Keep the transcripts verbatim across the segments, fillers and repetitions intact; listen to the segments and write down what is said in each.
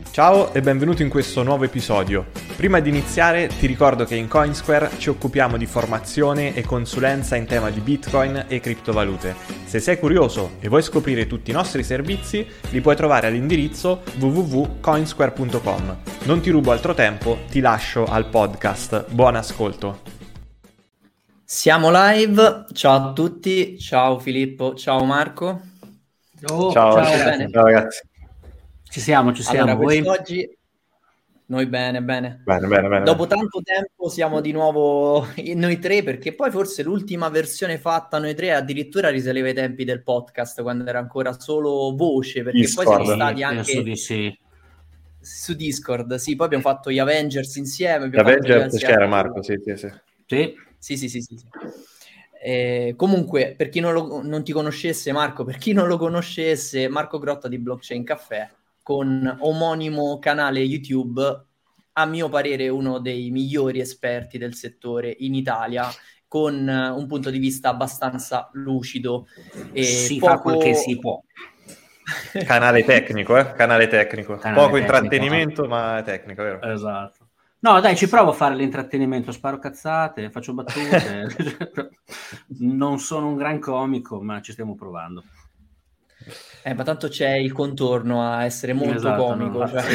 Ciao e benvenuto in questo nuovo episodio. Prima di iniziare ti ricordo che in Coinsquare ci occupiamo di formazione e consulenza in tema di Bitcoin e criptovalute. Se sei curioso e vuoi scoprire tutti i nostri servizi, li puoi trovare all'indirizzo w w w punto coinsquare punto com. Non ti rubo altro tempo, ti lascio al podcast. Buon ascolto. Siamo live, ciao a tutti, ciao Filippo, ciao Marco. Oh, ciao, ciao, ciao, ciao ragazzi. Ci siamo, ci siamo. Allora, Voi? quest'oggi noi bene, bene. Bene, bene, bene. Dopo tanto tempo siamo di nuovo in noi tre, perché poi forse l'ultima versione fatta noi tre addirittura risaleva ai tempi del podcast, quando era ancora solo voce, perché Discord. poi siamo stati anche Penso di sì. su Discord, sì, poi abbiamo fatto gli Avengers insieme. Gli abbiamo fatto Avengers diversi c'era altri- Marco, sì, sì, sì. Sì. Sì, sì, sì, sì, sì. Eh, comunque, per chi non, lo, non ti conoscesse, Marco, per chi non lo conoscesse, Marco Grotta di Blockchain Café, con omonimo canale YouTube, a mio parere uno dei migliori esperti del settore in Italia, con eh, un punto di vista abbastanza lucido e Si poco... fa quel che si può. Canale tecnico, eh? Canale tecnico. Canale Poco tecnico, intrattenimento, ma tecnico, vero? Esatto. No, dai, ci provo a fare l'intrattenimento, sparo cazzate, faccio battute. Non sono un gran comico, ma ci stiamo provando. Eh, ma tanto c'è il contorno a essere molto Esatto, comico. no. Cioè...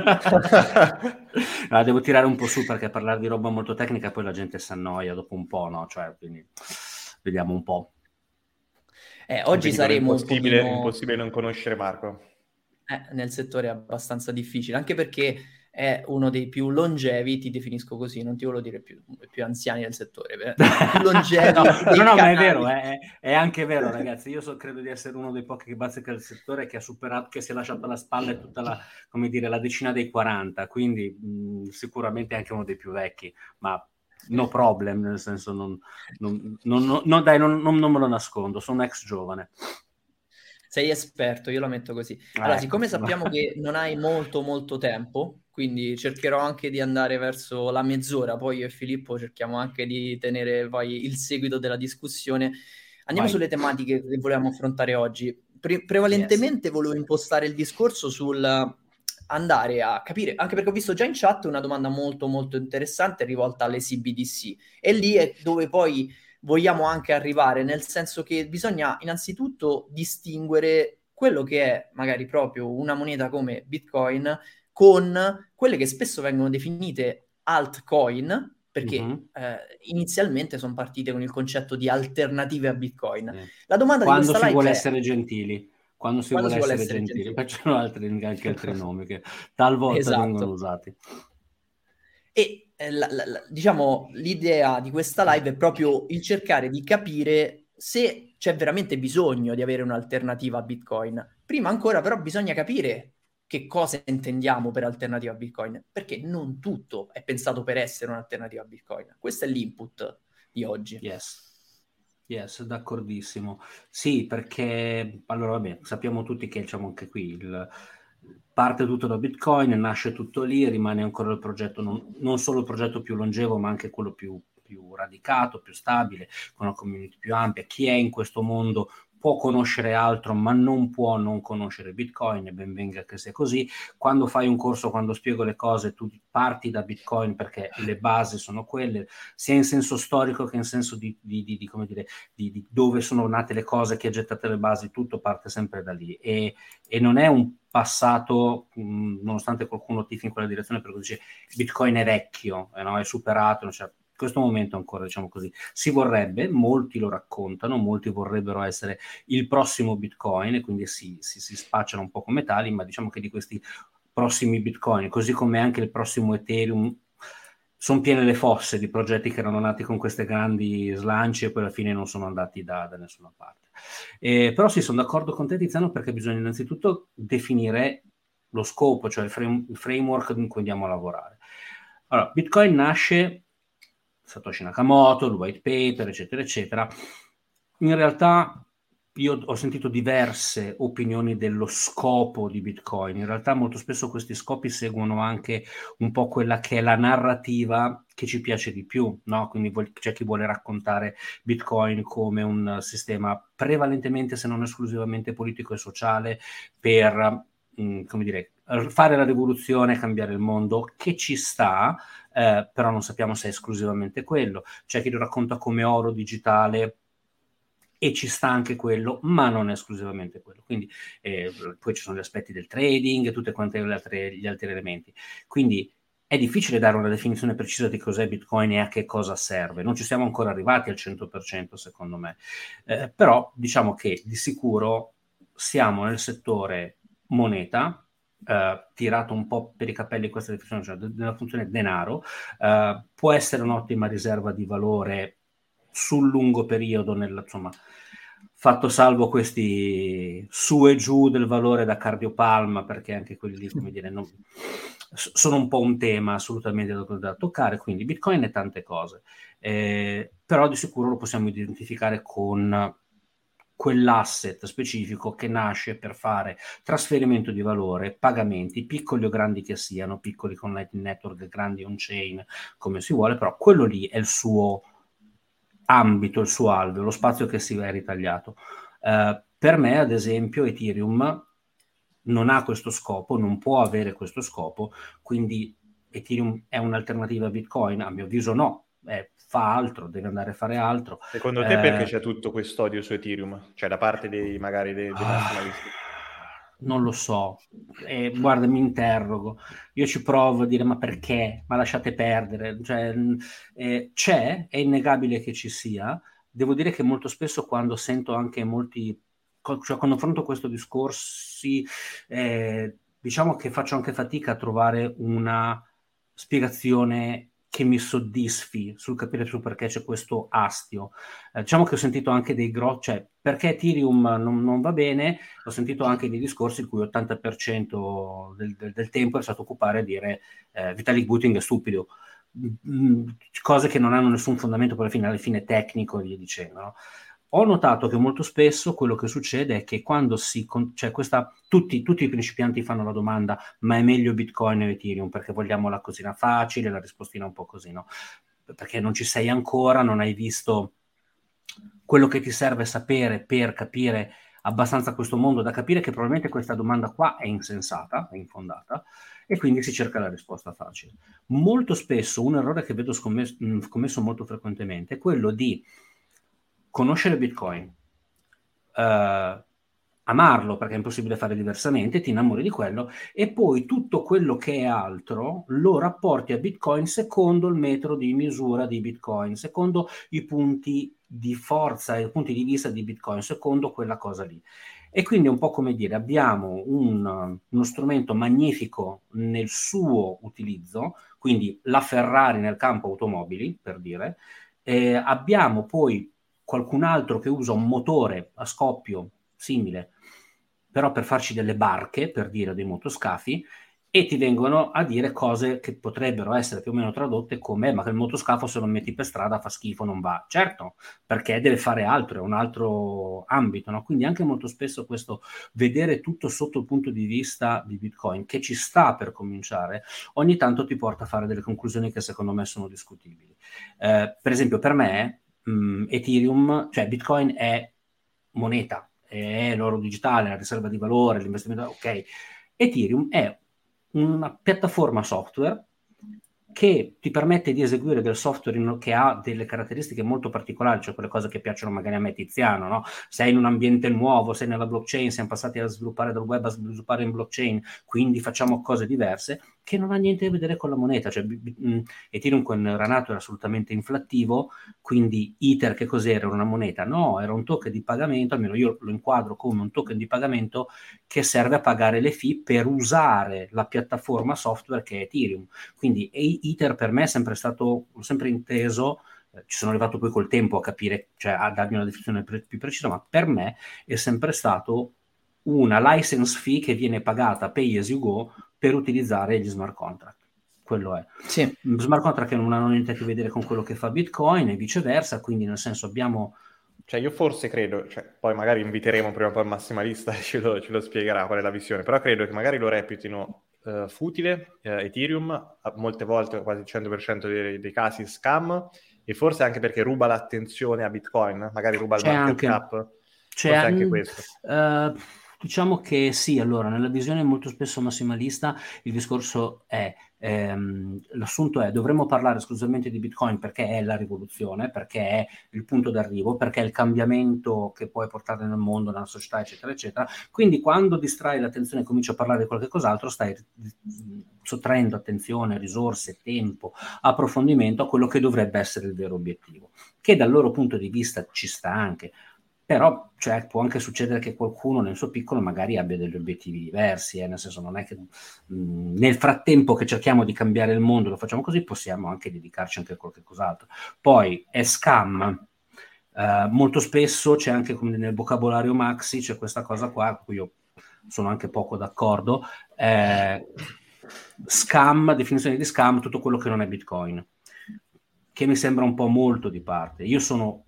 Allora, devo tirare un po' su, perché parlare di roba molto tecnica poi la gente si annoia dopo un po', no? Cioè, quindi vediamo un po'. Eh, oggi Quindi saremo un impossibile, pochino... impossibile non conoscere Marco. Eh, nel settore è abbastanza difficile, anche perché è uno dei più longevi, ti definisco così, non ti voglio dire più, più anziani del settore, beh, più longevi. no, dei no, no, ma è canali. vero, è, è anche vero, ragazzi. Io so, credo di essere uno dei pochi che bazzica del settore, che ha superato, che si è lasciato alle spalle tutta la, come dire, la decina dei quaranta, quindi mh, sicuramente anche uno dei più vecchi, ma no problem, nel senso non, non, non, non, no, dai, non, non, non me lo nascondo, sono un ex giovane. Sei esperto, io lo metto così. Allora, ecco. siccome sappiamo che non hai molto molto tempo, quindi cercherò anche di andare verso la mezz'ora, poi io e Filippo cerchiamo anche di tenere poi il seguito della discussione. Andiamo Vai. sulle tematiche che volevamo affrontare oggi. Pre- prevalentemente yes. volevo impostare il discorso sul andare a capire, anche perché ho visto già in chat una domanda molto molto interessante rivolta alle C B D C, e lì è dove poi vogliamo anche arrivare, nel senso che bisogna innanzitutto distinguere quello che è magari proprio una moneta come Bitcoin con quelle che spesso vengono definite altcoin, perché Mm-hmm. eh, inizialmente sono partite con il concetto di alternative a Bitcoin. Eh. La domanda Quando di questa si live vuole è... essere gentili. Quando si Quando vuole, si vuole essere, essere gentili, gentili. facciano altri, anche altri nomi che talvolta Esatto. vengono usati. E eh, la, la, la, diciamo l'idea di questa live è proprio il cercare di capire se c'è veramente bisogno di avere un'alternativa a Bitcoin. Prima ancora però bisogna capire che cosa intendiamo per alternativa a Bitcoin, perché non tutto è pensato per essere un'alternativa a Bitcoin. Questo è l'input di oggi. Yes. Yes, d'accordissimo. Sì, perché allora vabbè, sappiamo tutti che diciamo anche qui il, parte tutto da Bitcoin, nasce tutto lì, rimane ancora il progetto, non, non solo il progetto più longevo, ma anche quello più, più radicato, più stabile, con una community più ampia. Chi è in questo mondo può conoscere altro, ma non può non conoscere Bitcoin, e ben venga che sia così. Quando fai un corso, quando spiego le cose, tu parti da Bitcoin perché le basi sono quelle, sia in senso storico che in senso di, di, di, di come dire, di, di dove sono nate le cose, chi ha gettato le basi, tutto parte sempre da lì. E, e non è un passato, mh, nonostante qualcuno tifi in quella direzione, perché dice Bitcoin è vecchio, eh, no? È superato, non c'è questo momento ancora, diciamo così, si vorrebbe, molti lo raccontano, molti vorrebbero essere il prossimo Bitcoin, e quindi si, si, si spacciano un po' come tali, ma diciamo che di questi prossimi Bitcoin, così come anche il prossimo Ethereum, sono piene le fosse di progetti che erano nati con queste grandi slance e poi alla fine non sono andati da, da nessuna parte. Eh, però sì, sono d'accordo con te, Tiziano, perché bisogna innanzitutto definire lo scopo, cioè il, frame, il framework in cui andiamo a lavorare. Allora, Bitcoin nasce Satoshi Nakamoto, il white paper, eccetera, eccetera. In realtà io ho sentito diverse opinioni dello scopo di Bitcoin. In realtà molto spesso questi scopi seguono anche un po' quella che è la narrativa che ci piace di più, no? Quindi c'è chi vuole raccontare Bitcoin come un sistema prevalentemente, se non esclusivamente, politico e sociale per mh, come dire, fare la rivoluzione, cambiare il mondo, che ci sta, eh, però non sappiamo se è esclusivamente quello. C'è chi lo racconta come oro digitale e ci sta anche quello, ma non è esclusivamente quello. Quindi eh, poi ci sono gli aspetti del trading e tutte quante le altre, gli altri elementi. Quindi è difficile dare una definizione precisa di cos'è Bitcoin e a che cosa serve. Non ci siamo ancora arrivati al cento per cento, secondo me. Eh, però diciamo che di sicuro siamo nel settore moneta, eh, tirato un po' per i capelli questa definizione, cioè nella funzione denaro, eh, può essere un'ottima riserva di valore sul lungo periodo, nel, insomma, fatto salvo questi su e giù del valore da cardiopalma, perché anche quelli lì, come dire, non, sono un po' un tema assolutamente da, da toccare, quindi Bitcoin è tante cose, eh, però di sicuro lo possiamo identificare con quell'asset specifico che nasce per fare trasferimento di valore, pagamenti, piccoli o grandi che siano, piccoli con Lightning Network, grandi on-chain, come si vuole, però quello lì è il suo ambito, il suo alveo, lo spazio che si è ritagliato. Uh, per me, ad esempio, Ethereum non ha questo scopo, non può avere questo scopo, quindi Ethereum è un'alternativa a Bitcoin? A mio avviso no, eh, fa altro, deve andare a fare altro. Secondo te eh, perché c'è tutto quest'odio su Ethereum? Cioè da parte dei magari dei, dei massimalisti? Non lo so, eh, guarda, mi interrogo, io ci provo a dire ma perché, ma lasciate perdere, cioè, eh, c'è, è innegabile che ci sia, devo dire che molto spesso quando sento anche molti, cioè quando affronto questo discorsi, eh, diciamo che faccio anche fatica a trovare una spiegazione che mi soddisfi sul capire su perché c'è questo astio. Eh, diciamo che ho sentito anche dei grossi, cioè perché Ethereum non, non va bene, ho sentito anche dei discorsi in cui l'ottanta per cento del, del, del tempo è stato occupare a dire eh, Vitalik Buterin è stupido, mm, cose che non hanno nessun fondamento per alla fine, alla fine tecnico e via dicendo, no? Ho notato che molto spesso quello che succede è che quando si, cioè questa, tutti, tutti i principianti fanno la domanda ma è meglio Bitcoin o Ethereum perché vogliamo la cosina facile, la rispostina un po' così, no? Perché non ci sei ancora, non hai visto quello che ti serve sapere per capire abbastanza questo mondo, da capire che probabilmente questa domanda qua è insensata, è infondata, e quindi si cerca la risposta facile. Molto spesso un errore che vedo scommesso, scommesso molto frequentemente è quello di conoscere Bitcoin, uh, amarlo perché è impossibile fare diversamente, ti innamori di quello e poi tutto quello che è altro lo rapporti a Bitcoin secondo il metro di misura di Bitcoin, secondo i punti di forza e i punti di vista di Bitcoin, secondo quella cosa lì. E quindi è un po' come dire, abbiamo un, uno strumento magnifico nel suo utilizzo, quindi la Ferrari nel campo automobili, per dire, eh, abbiamo poi qualcun altro che usa un motore a scoppio simile, però per farci delle barche, per dire dei motoscafi, e ti vengono a dire cose che potrebbero essere più o meno tradotte come ma che il motoscafo se lo metti per strada fa schifo, non va. Certo, perché deve fare altro, è un altro ambito, no? Quindi anche molto spesso questo vedere tutto sotto il punto di vista di Bitcoin, che ci sta per cominciare, ogni tanto ti porta a fare delle conclusioni che secondo me sono discutibili. Eh, per esempio per me mh, Ethereum, cioè Bitcoin è moneta, è l'oro digitale, la riserva di valore, l'investimento, ok. Ethereum è una piattaforma software che ti permette di eseguire del software che ha delle caratteristiche molto particolari, cioè quelle cose che piacciono magari a me Tiziano, no? Sei in un ambiente nuovo, sei nella blockchain, siamo passati a sviluppare dal web a sviluppare in blockchain, quindi facciamo cose diverse che non ha niente a vedere con la moneta, cioè Ethereum quando era nato era assolutamente inflattivo, quindi Ether che cos'era? Era una moneta? No, era un token di pagamento, almeno io lo inquadro come un token di pagamento che serve a pagare le fee per usare la piattaforma software che è Ethereum, quindi Ether per me è sempre stato, l'ho sempre inteso, eh, ci sono arrivato poi col tempo a capire, cioè a darmi una definizione pre- più precisa, ma per me è sempre stato una license fee che viene pagata pay as you go per utilizzare gli smart contract. Quello è. Sì. Smart contract che non hanno niente a che vedere con quello che fa Bitcoin e viceversa, quindi nel senso abbiamo... Cioè io forse credo, cioè, poi magari inviteremo prima o poi il massimalista e ce lo, ce lo spiegherà qual è la visione, però credo che magari lo reputino uh, futile, uh, Ethereum, molte volte, quasi il cento per cento dei, dei casi scam, e forse anche perché ruba l'attenzione a Bitcoin, magari ruba il c'è market anche, cap, c'è forse an- anche questo. Uh, Diciamo che sì, allora, nella visione molto spesso massimalista il discorso è, ehm, l'assunto è, dovremmo parlare esclusivamente di Bitcoin perché è la rivoluzione, perché è il punto d'arrivo, perché è il cambiamento che puoi portare nel mondo, nella società, eccetera, eccetera. Quindi quando distrai l'attenzione e cominci a parlare di qualche cos'altro, stai sottraendo attenzione, risorse, tempo, approfondimento a quello che dovrebbe essere il vero obiettivo, che dal loro punto di vista ci sta anche. Però cioè, può anche succedere che qualcuno nel suo piccolo magari abbia degli obiettivi diversi, eh? Nel senso non è che mh, nel frattempo che cerchiamo di cambiare il mondo, lo facciamo così, possiamo anche dedicarci anche a qualche cos'altro. Poi è scam, eh, molto spesso c'è anche come nel vocabolario Maxi, c'è questa cosa qua, con cui io sono anche poco d'accordo, eh, scam, definizione di scam, tutto quello che non è Bitcoin, che mi sembra un po' molto di parte. Io sono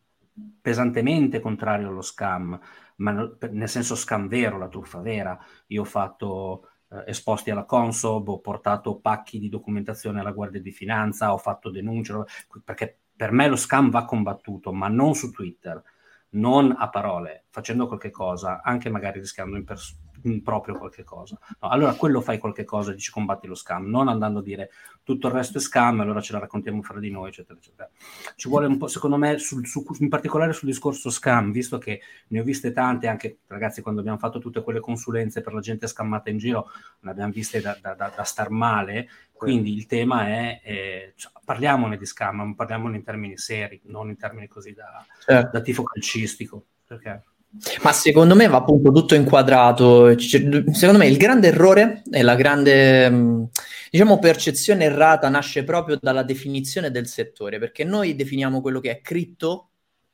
pesantemente contrario allo scam, ma no, nel senso scam vero, la truffa vera. Io ho fatto eh, esposti alla Consob, ho portato pacchi di documentazione alla Guardia di Finanza, ho fatto denunce, perché per me lo scam va combattuto, ma non su Twitter, non a parole, facendo qualche cosa, anche magari rischiando in, pers- in proprio qualche cosa. No, allora quello fai qualche cosa, dici combatti lo scam, non andando a dire tutto il resto è scam, allora ce la raccontiamo fra di noi, eccetera, eccetera. Ci vuole un po', secondo me, sul, su, in particolare sul discorso scam, visto che ne ho viste tante, anche ragazzi, quando abbiamo fatto tutte quelle consulenze per la gente scammata in giro, ne abbiamo viste da, da, da, da star male, quindi il tema è, eh, cioè, parliamone di scam, ma parliamone in termini seri, non in termini così da, certo. da tifo calcistico, perché... Ma secondo me va appunto tutto inquadrato. Secondo me il grande errore e la grande, diciamo, percezione errata nasce proprio dalla definizione del settore, perché noi definiamo quello che è cripto,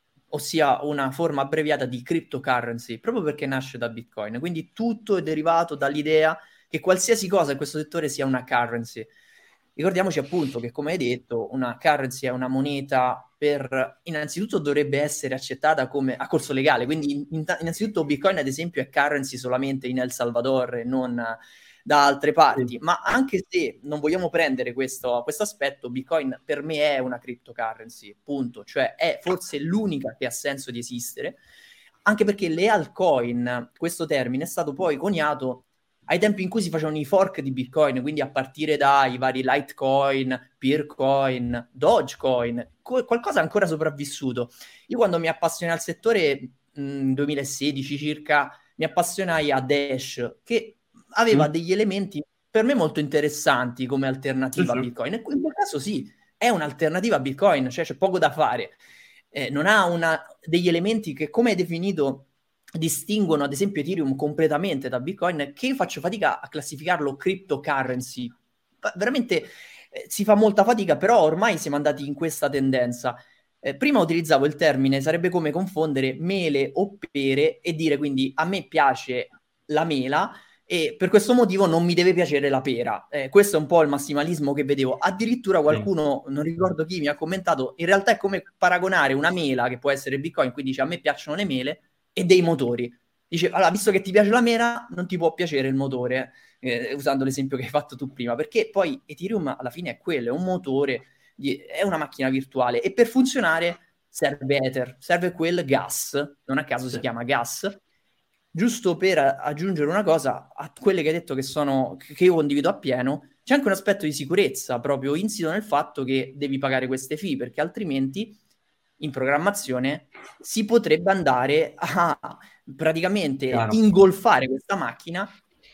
ossia una forma abbreviata di cryptocurrency, proprio perché nasce da Bitcoin. Quindi tutto è derivato dall'idea che qualsiasi cosa in questo settore sia una currency. Ricordiamoci appunto che, come hai detto, una currency è una moneta per, innanzitutto dovrebbe essere accettata come a corso legale, quindi in, innanzitutto Bitcoin ad esempio è currency solamente in El Salvador e non da altre parti, sì. Ma anche se non vogliamo prendere questo, questo aspetto, Bitcoin per me è una cryptocurrency, punto, cioè è forse l'unica che ha senso di esistere, anche perché le altcoin, questo termine è stato poi coniato ai tempi in cui si facevano i fork di Bitcoin, quindi a partire dai vari Litecoin, Peercoin, Dogecoin, co- qualcosa ancora sopravvissuto. Io quando mi appassionai al settore, nel duemilasedici circa, mi appassionai a Dash, che aveva mm. degli elementi per me molto interessanti come alternativa sì, a Bitcoin. E in quel caso sì, è un'alternativa a Bitcoin, cioè c'è poco da fare. Eh, non ha una, degli elementi che, come è definito, distinguono ad esempio Ethereum completamente da Bitcoin, che io faccio fatica a classificarlo cryptocurrency. Veramente eh, si fa molta fatica, però ormai siamo andati in questa tendenza. Eh, prima utilizzavo il termine, sarebbe come confondere mele o pere e dire quindi a me piace la mela e per questo motivo non mi deve piacere la pera. Eh, questo è un po' il massimalismo che vedevo. Addirittura qualcuno, sì. non ricordo chi, mi ha commentato, in realtà è come paragonare una mela, che può essere Bitcoin, quindi dice a me piacciono le mele, e dei motori. Dice, allora, visto che ti piace la mela, non ti può piacere il motore, eh, usando l'esempio che hai fatto tu prima, perché poi Ethereum alla fine è quello, è un motore, di, è una macchina virtuale, e per funzionare serve Ether, serve quel gas, non a caso sì. si chiama gas. Giusto per aggiungere una cosa a quelle che hai detto che sono, che io condivido appieno, c'è anche un aspetto di sicurezza proprio insito nel fatto che devi pagare queste fee, perché altrimenti in programmazione si potrebbe andare a praticamente Chiaro. ingolfare questa macchina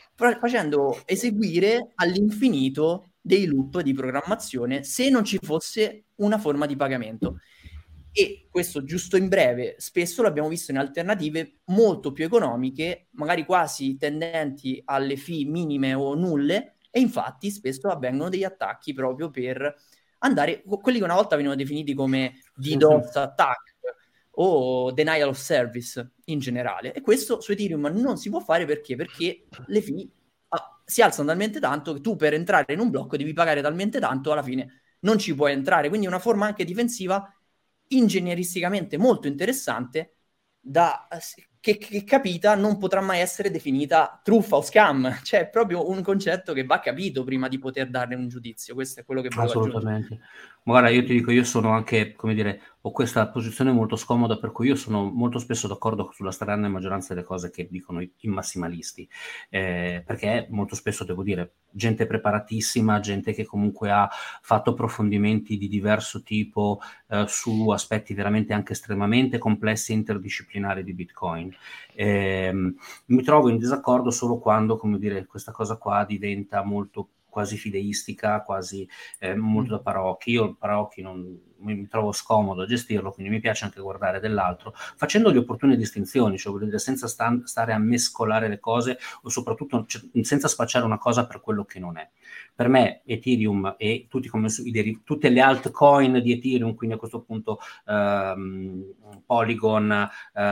facendo eseguire all'infinito dei loop di programmazione se non ci fosse una forma di pagamento. E questo, giusto in breve, spesso l'abbiamo visto in alternative molto più economiche, magari quasi tendenti alle fee minime o nulle, e infatti spesso avvengono degli attacchi proprio per andare, quelli che una volta venivano definiti come DDoS attack o denial of service in generale. E questo su Ethereum non si può fare perché? Perché le fee ah, si alzano talmente tanto che tu per entrare in un blocco devi pagare talmente tanto, alla fine non ci puoi entrare. Quindi è una forma anche difensiva ingegneristicamente molto interessante da, che, che capita non potrà mai essere definita truffa o scam, cioè è proprio un concetto che va capito prima di poter darne un giudizio. Questo è quello che volevo assolutamente aggiungere. Ma guarda, io ti dico, io sono anche, come dire, ho questa posizione molto scomoda, per cui io sono molto spesso d'accordo sulla stragrande maggioranza delle cose che dicono i, i massimalisti, eh, perché molto spesso, devo dire, gente preparatissima, gente che comunque ha fatto approfondimenti di diverso tipo eh, su aspetti veramente anche estremamente complessi e interdisciplinari di Bitcoin. Eh, mi trovo in disaccordo solo quando, come dire, questa cosa qua diventa molto quasi fideistica, quasi eh, molto da paraocchi. Io paraocchi non mi trovo scomodo a gestirlo, quindi mi piace anche guardare dell'altro, facendo le opportune distinzioni, cioè vuol dire senza sta- stare a mescolare le cose o soprattutto cioè, senza spacciare una cosa per quello che non è. Per me Ethereum e tutti come, i deriv- tutte le altcoin di Ethereum, quindi a questo punto ehm, Polygon,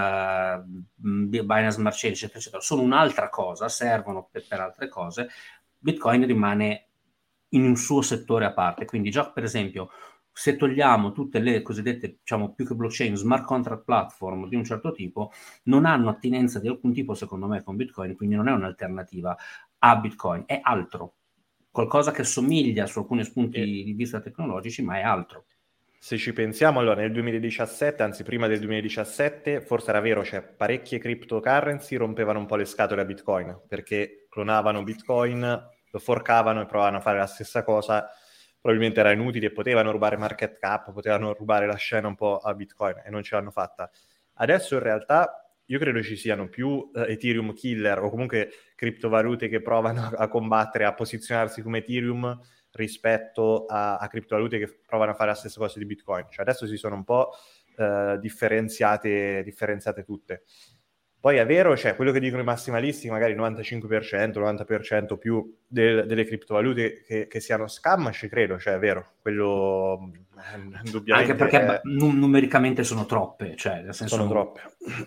eh, Binance Smart Chain, eccetera, eccetera, sono un'altra cosa, servono per, per altre cose. Bitcoin rimane in un suo settore a parte, quindi già per esempio se togliamo tutte le cosiddette, diciamo più che blockchain, smart contract platform di un certo tipo, non hanno attinenza di alcun tipo secondo me con Bitcoin, quindi non è un'alternativa a Bitcoin, è altro, qualcosa che somiglia su alcuni spunti e... di vista tecnologici, ma è altro. Se ci pensiamo, allora nel duemiladiciassette, anzi prima del duemiladiciassette, forse era vero, cioè parecchie cryptocurrency rompevano un po' le scatole a Bitcoin, perché clonavano Bitcoin, lo forcavano e provavano a fare la stessa cosa, probabilmente era inutile e potevano rubare market cap, potevano rubare la scena un po' a Bitcoin e non ce l'hanno fatta. Adesso in realtà io credo ci siano più uh, Ethereum killer o comunque criptovalute che provano a combattere, a posizionarsi come Ethereum rispetto a, a criptovalute che provano a fare la stessa cosa di Bitcoin. Cioè adesso si sono un po' uh, differenziate, differenziate tutte. Poi è vero, cioè quello che dicono i massimalisti, magari il novantacinque per cento, novanta per cento più del, delle criptovalute che, che siano scam, ci credo, cioè è vero, quello eh, indubbiamente... Anche perché è... n- numericamente sono troppe, cioè nel senso... Sono troppe,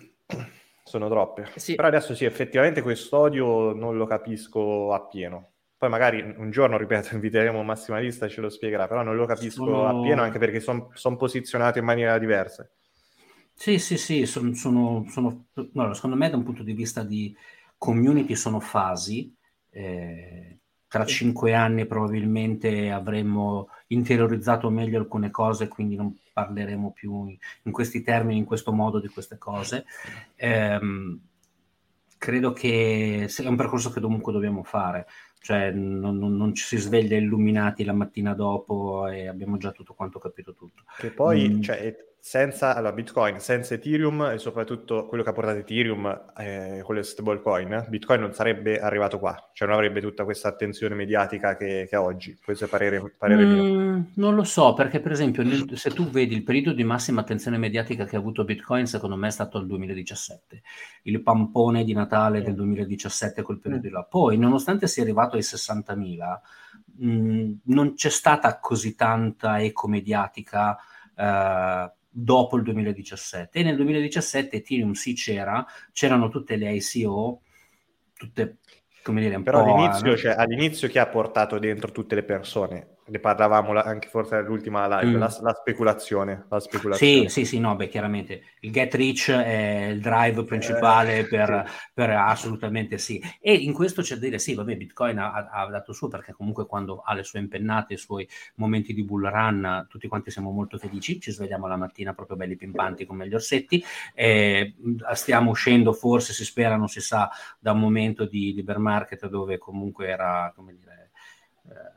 sono troppe. Sì. Però adesso sì, effettivamente quest'odio non lo capisco appieno. Poi magari un giorno, ripeto, inviteremo un massimalista e ce lo spiegherà, però non lo capisco sono... appieno anche perché sono son posizionati in maniera diversa. Sì, sì, sì, son, sono, sono no, secondo me da un punto di vista di community sono fasi, eh, tra sì. cinque anni probabilmente avremo interiorizzato meglio alcune cose, quindi non parleremo più in questi termini, in questo modo di queste cose. Eh, credo che sia un percorso che comunque dobbiamo fare, cioè non, non, non ci si sveglia illuminati la mattina dopo e abbiamo già tutto quanto capito tutto. Che poi, mm. cioè, senza allora, Bitcoin, senza Ethereum e soprattutto quello che ha portato Ethereum eh, con le stablecoin, Bitcoin non sarebbe arrivato qua, cioè non avrebbe tutta questa attenzione mediatica che, che ha oggi. Questo è parere, parere mm, mio. Non lo so, perché per esempio nel, se tu vedi il periodo di massima attenzione mediatica che ha avuto Bitcoin, secondo me è stato il duemiladiciassette, il pampone di Natale mm. del duemiladiciassette, quel periodo mm. là. Poi, nonostante sia arrivato ai sessantamila, mh, non c'è stata così tanta eco mediatica eh, dopo il duemiladiciassette, e nel duemiladiciassette Ethereum sì c'era, c'erano tutte le I C O, tutte, come dire, un però po'... all'inizio, no? cioè, all'inizio chi ha portato dentro tutte le persone? Ne parlavamo anche forse nell'ultima live, mm. la, la speculazione. La speculazione. Sì, sì, sì, no, beh, chiaramente il get rich è il drive principale eh, per, sì. per assolutamente sì. E in questo c'è da dire, sì, vabbè, Bitcoin ha, ha dato suo, perché comunque quando ha le sue impennate, i suoi momenti di bull run, tutti quanti siamo molto felici, ci svegliamo la mattina proprio belli pimpanti come gli orsetti, eh, stiamo uscendo forse, si spera, non si sa, da un momento di, di bear market dove comunque era, come dire... Eh,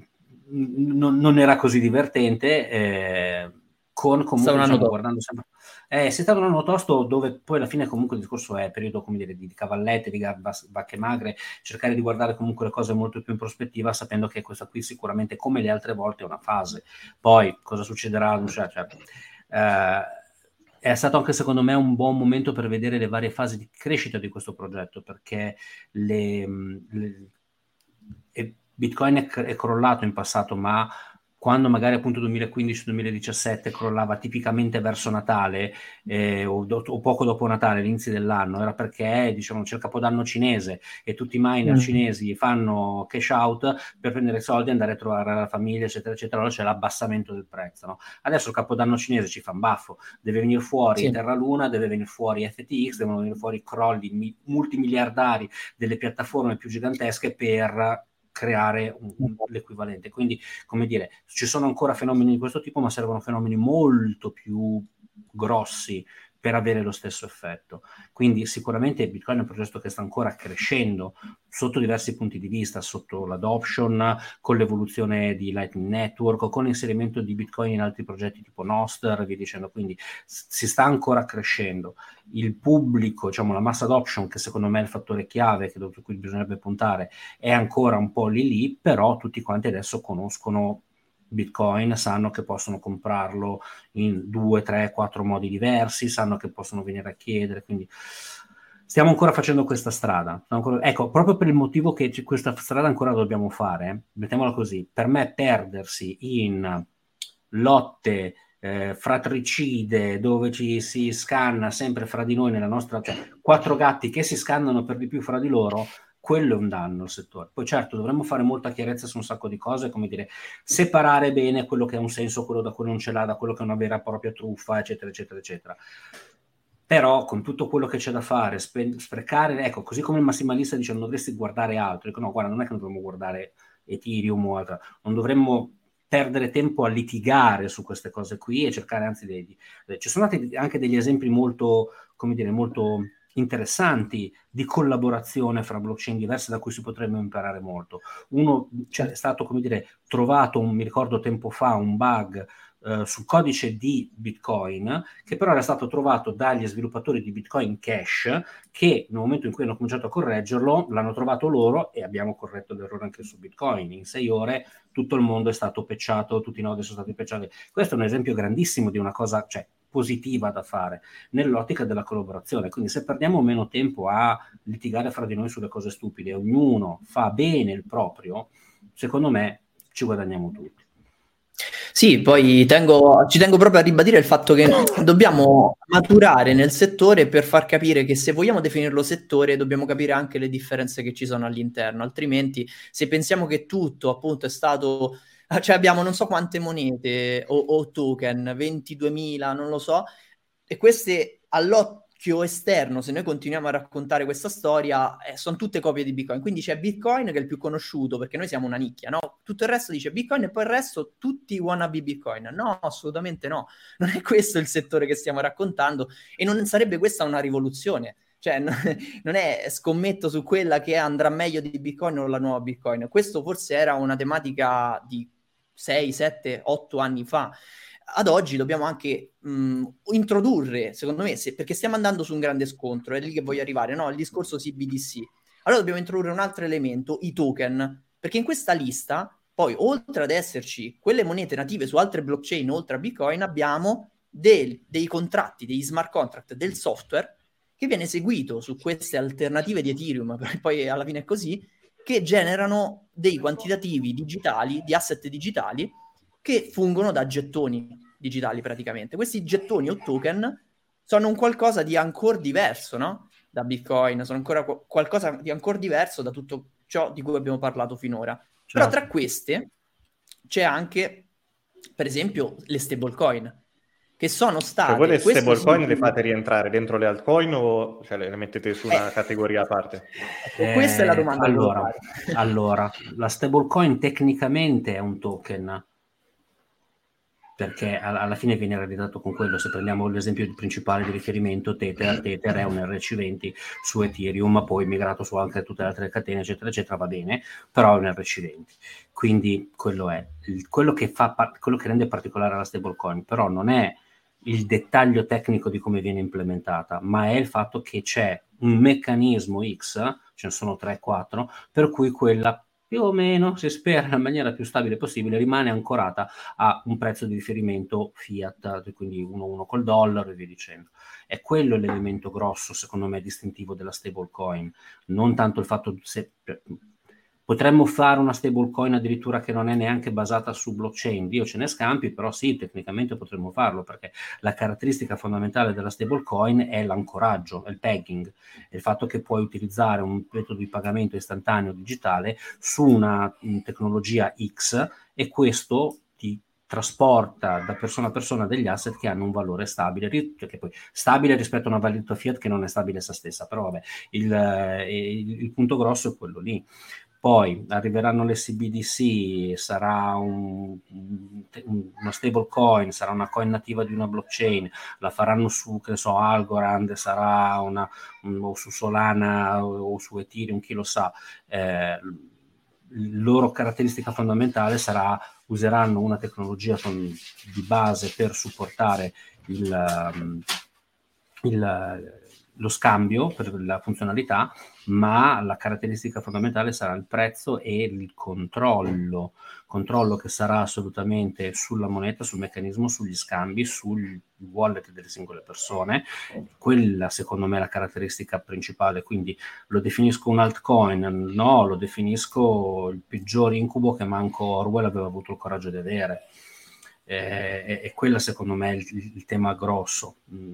Non, non era così divertente, eh, con comunque diciamo, guardando sempre eh, è stato un anno tosto dove poi alla fine comunque il discorso è periodo come dire di, di cavallette, di vacche magre, cercare di guardare comunque le cose molto più in prospettiva, sapendo che questa qui sicuramente come le altre volte è una fase, poi cosa succederà cioè, cioè, eh, è stato anche secondo me un buon momento per vedere le varie fasi di crescita di questo progetto, perché le, le e Bitcoin è, è crollato in passato, ma quando magari appunto duemilaquindici duemiladiciassette crollava tipicamente verso Natale eh, o, do, o poco dopo Natale, all'inizio dell'anno, era perché diciamo c'è il capodanno cinese e tutti i miner mm. cinesi fanno cash out per prendere soldi e andare a trovare la famiglia, eccetera, eccetera, allora c'è l'abbassamento del prezzo. No? Adesso il capodanno cinese ci fa un baffo, deve venire fuori sì. Terra Luna, deve venire fuori F T X, devono venire fuori crolli mi, multimiliardari delle piattaforme più gigantesche per creare un, un, l'equivalente. Quindi, come dire, ci sono ancora fenomeni di questo tipo, ma servono fenomeni molto più grossi per avere lo stesso effetto. Quindi sicuramente Bitcoin è un progetto che sta ancora crescendo sotto diversi punti di vista, sotto l'adoption, con l'evoluzione di Lightning Network, con l'inserimento di Bitcoin in altri progetti tipo Nostr, via dicendo. Quindi si sta ancora crescendo. Il pubblico, diciamo la mass adoption, che secondo me è il fattore chiave che su cui bisognerebbe puntare, è ancora un po' lì lì, però tutti quanti adesso conoscono Bitcoin, sanno che possono comprarlo in due, tre, quattro modi diversi, sanno che possono venire a chiedere, quindi stiamo ancora facendo questa strada. Ancora, ecco, proprio per il motivo che questa strada ancora dobbiamo fare, mettiamola così, per me perdersi in lotte eh, fratricide dove ci si scanna sempre fra di noi nella nostra, cioè quattro gatti che si scannano per di più fra di loro, quello è un danno al settore. Poi certo dovremmo fare molta chiarezza su un sacco di cose, come dire, separare bene quello che ha un senso, quello da quello non ce l'ha, da quello che è una vera e propria truffa, eccetera eccetera eccetera. Però con tutto quello che c'è da fare, spe- sprecare, ecco, così come il massimalista dice non dovresti guardare altro, dico no, guarda, non è che non dovremmo guardare Ethereum o altro, non dovremmo perdere tempo a litigare su queste cose qui e cercare anzi dei, ci sono stati anche degli esempi molto, come dire, molto interessanti di collaborazione fra blockchain diverse da cui si potrebbe imparare molto. Uno, cioè, è stato, come dire, trovato, un, mi ricordo tempo fa, un bug uh, sul codice di Bitcoin, che però era stato trovato dagli sviluppatori di Bitcoin Cash, che nel momento in cui hanno cominciato a correggerlo, l'hanno trovato loro e abbiamo corretto l'errore anche su Bitcoin. In sei ore tutto il mondo è stato patchato, tutti i nodi sono stati patchati. Questo è un esempio grandissimo di una cosa, cioè, positiva da fare nell'ottica della collaborazione. Quindi se perdiamo meno tempo a litigare fra di noi sulle cose stupide, ognuno fa bene il proprio, secondo me ci guadagniamo tutti. Sì, poi tengo, ci tengo proprio a ribadire il fatto che dobbiamo maturare nel settore per far capire che se vogliamo definirlo settore dobbiamo capire anche le differenze che ci sono all'interno, altrimenti se pensiamo che tutto appunto è stato, cioè abbiamo non so quante monete o, o token, ventiduemila, non lo so, e queste all'otto esterno, se noi continuiamo a raccontare questa storia, eh, sono tutte copie di Bitcoin. Quindi c'è Bitcoin che è il più conosciuto perché noi siamo una nicchia, no? Tutto il resto dice Bitcoin e poi il resto tutti wannabe Bitcoin. No, assolutamente no. Non è questo il settore che stiamo raccontando e non sarebbe questa una rivoluzione. Cioè, non è scommetto su quella che andrà meglio di Bitcoin o la nuova Bitcoin. Questo forse era una tematica di sei, sette, otto anni fa. Ad oggi dobbiamo anche mh, introdurre, secondo me, se, perché stiamo andando su un grande scontro, è lì che voglio arrivare, no? Il discorso C B D C. Allora dobbiamo introdurre un altro elemento, i token, perché in questa lista, poi, oltre ad esserci quelle monete native su altre blockchain, oltre a Bitcoin, abbiamo del, dei contratti, degli smart contract, del software che viene eseguito su queste alternative di Ethereum, poi alla fine è così, che generano dei quantitativi digitali, di asset digitali, che fungono da gettoni digitali praticamente. Questi gettoni o token sono un qualcosa di ancora diverso, no? Da Bitcoin, sono ancora qu- qualcosa di ancora diverso da tutto ciò di cui abbiamo parlato finora. Certo. Però tra queste c'è anche, per esempio, le stablecoin, che sono state... Cioè voi le stablecoin sì, le fate rientrare dentro le altcoin o cioè, le mettete su una eh, categoria a parte? Eh, questa è la domanda. Allora, allora la stablecoin tecnicamente è un token, perché alla fine viene realizzato con quello. Se prendiamo l'esempio principale di riferimento, Tether, Tether è un R C venti su Ethereum, poi migrato su anche tutte le altre catene, eccetera, eccetera, va bene, però è un R C venti. Quindi quello è. Quello che, fa, quello che rende particolare la stablecoin, però non è il dettaglio tecnico di come viene implementata, ma è il fatto che c'è un meccanismo X, ce ne sono tre quattro, per cui quella più o meno, si spera nella maniera più stabile possibile, rimane ancorata a un prezzo di riferimento fiat, quindi uno a uno col dollaro e via dicendo. È quello l'elemento grosso, secondo me, distintivo della stablecoin, non tanto il fatto se potremmo fare una stablecoin addirittura che non è neanche basata su blockchain, Dio ce ne scampi, però sì, tecnicamente potremmo farlo, perché la caratteristica fondamentale della stablecoin è l'ancoraggio, è il pegging, è il fatto che puoi utilizzare un metodo di pagamento istantaneo digitale su una tecnologia X e questo ti trasporta da persona a persona degli asset che hanno un valore stabile, che poi stabile rispetto a una valuta fiat che non è stabile essa stessa, però vabbè, il, il, il punto grosso è quello lì. Poi arriveranno le C B D C, sarà un, un, una stable coin, sarà una coin nativa di una blockchain, la faranno su, che so, Algorand, sarà una, un, o su Solana o, o su Ethereum, chi lo sa. Eh, la loro caratteristica fondamentale sarà, useranno una tecnologia con, di base per supportare il, il lo scambio per la funzionalità, ma la caratteristica fondamentale sarà il prezzo e il controllo, controllo che sarà assolutamente sulla moneta, sul meccanismo, sugli scambi, sul wallet delle singole persone. Quella secondo me è la caratteristica principale, quindi lo definisco un altcoin? No, lo definisco il peggior incubo che manco Orwell aveva avuto il coraggio di avere. E, e quella secondo me è il, il tema grosso.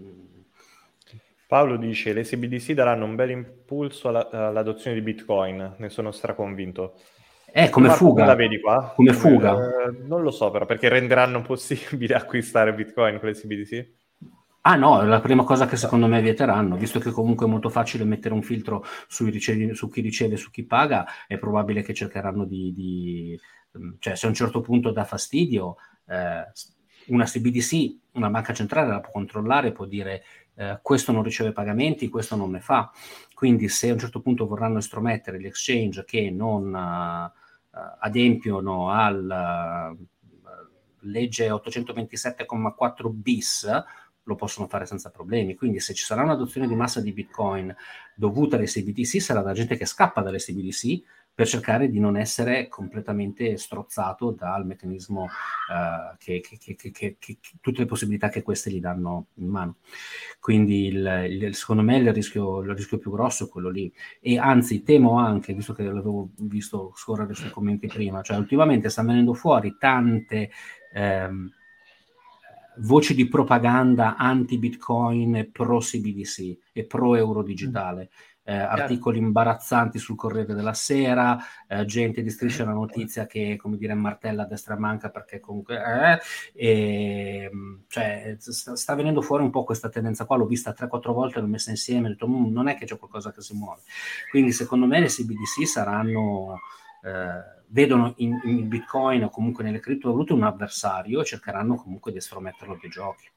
Paolo dice: le C B D C daranno un bel impulso alla, all'adozione di Bitcoin, ne sono straconvinto. Eh, come Marco, fuga. la vedi qua? Come fuga. Eh, non lo so però, perché renderanno possibile acquistare Bitcoin con le C B D C? Ah no, è la prima cosa che secondo me vieteranno, visto che comunque è molto facile mettere un filtro sui ricevi, su chi riceve e su chi paga, è probabile che cercheranno di... di cioè, se a un certo punto dà fastidio, eh, una C B D C, una banca centrale la può controllare, può dire eh, questo non riceve pagamenti, questo non ne fa. Quindi se a un certo punto vorranno estromettere gli exchange che non uh, adempiono alla uh, legge ottocentoventisette quattro bis, lo possono fare senza problemi. Quindi se ci sarà un'adozione di massa di Bitcoin dovuta alle C B D C, sarà da gente che scappa dalle C B D C per cercare di non essere completamente strozzato dal meccanismo uh, che, che, che, che, che, che tutte le possibilità che queste gli danno in mano. Quindi il, il, secondo me il rischio, il rischio più grosso è quello lì. E anzi temo anche, visto che l'avevo visto scorrere sui commenti prima, cioè ultimamente stanno venendo fuori tante ehm, voci di propaganda anti-Bitcoin e pro-C B D C e pro-euro digitale. Eh, articoli imbarazzanti sul Corriere della Sera, eh, gente di Striscia la Notizia che, come dire, martella a destra e manca perché comunque eh, e, cioè, sta, sta venendo fuori un po' questa tendenza qua, l'ho vista tre quattro volte, l'ho messa insieme, ho detto non è che c'è qualcosa che si muove. Quindi secondo me le C B D C saranno eh, vedono in, in Bitcoin o comunque nelle criptovalute un avversario e cercheranno comunque di estrometterlo dai giochi.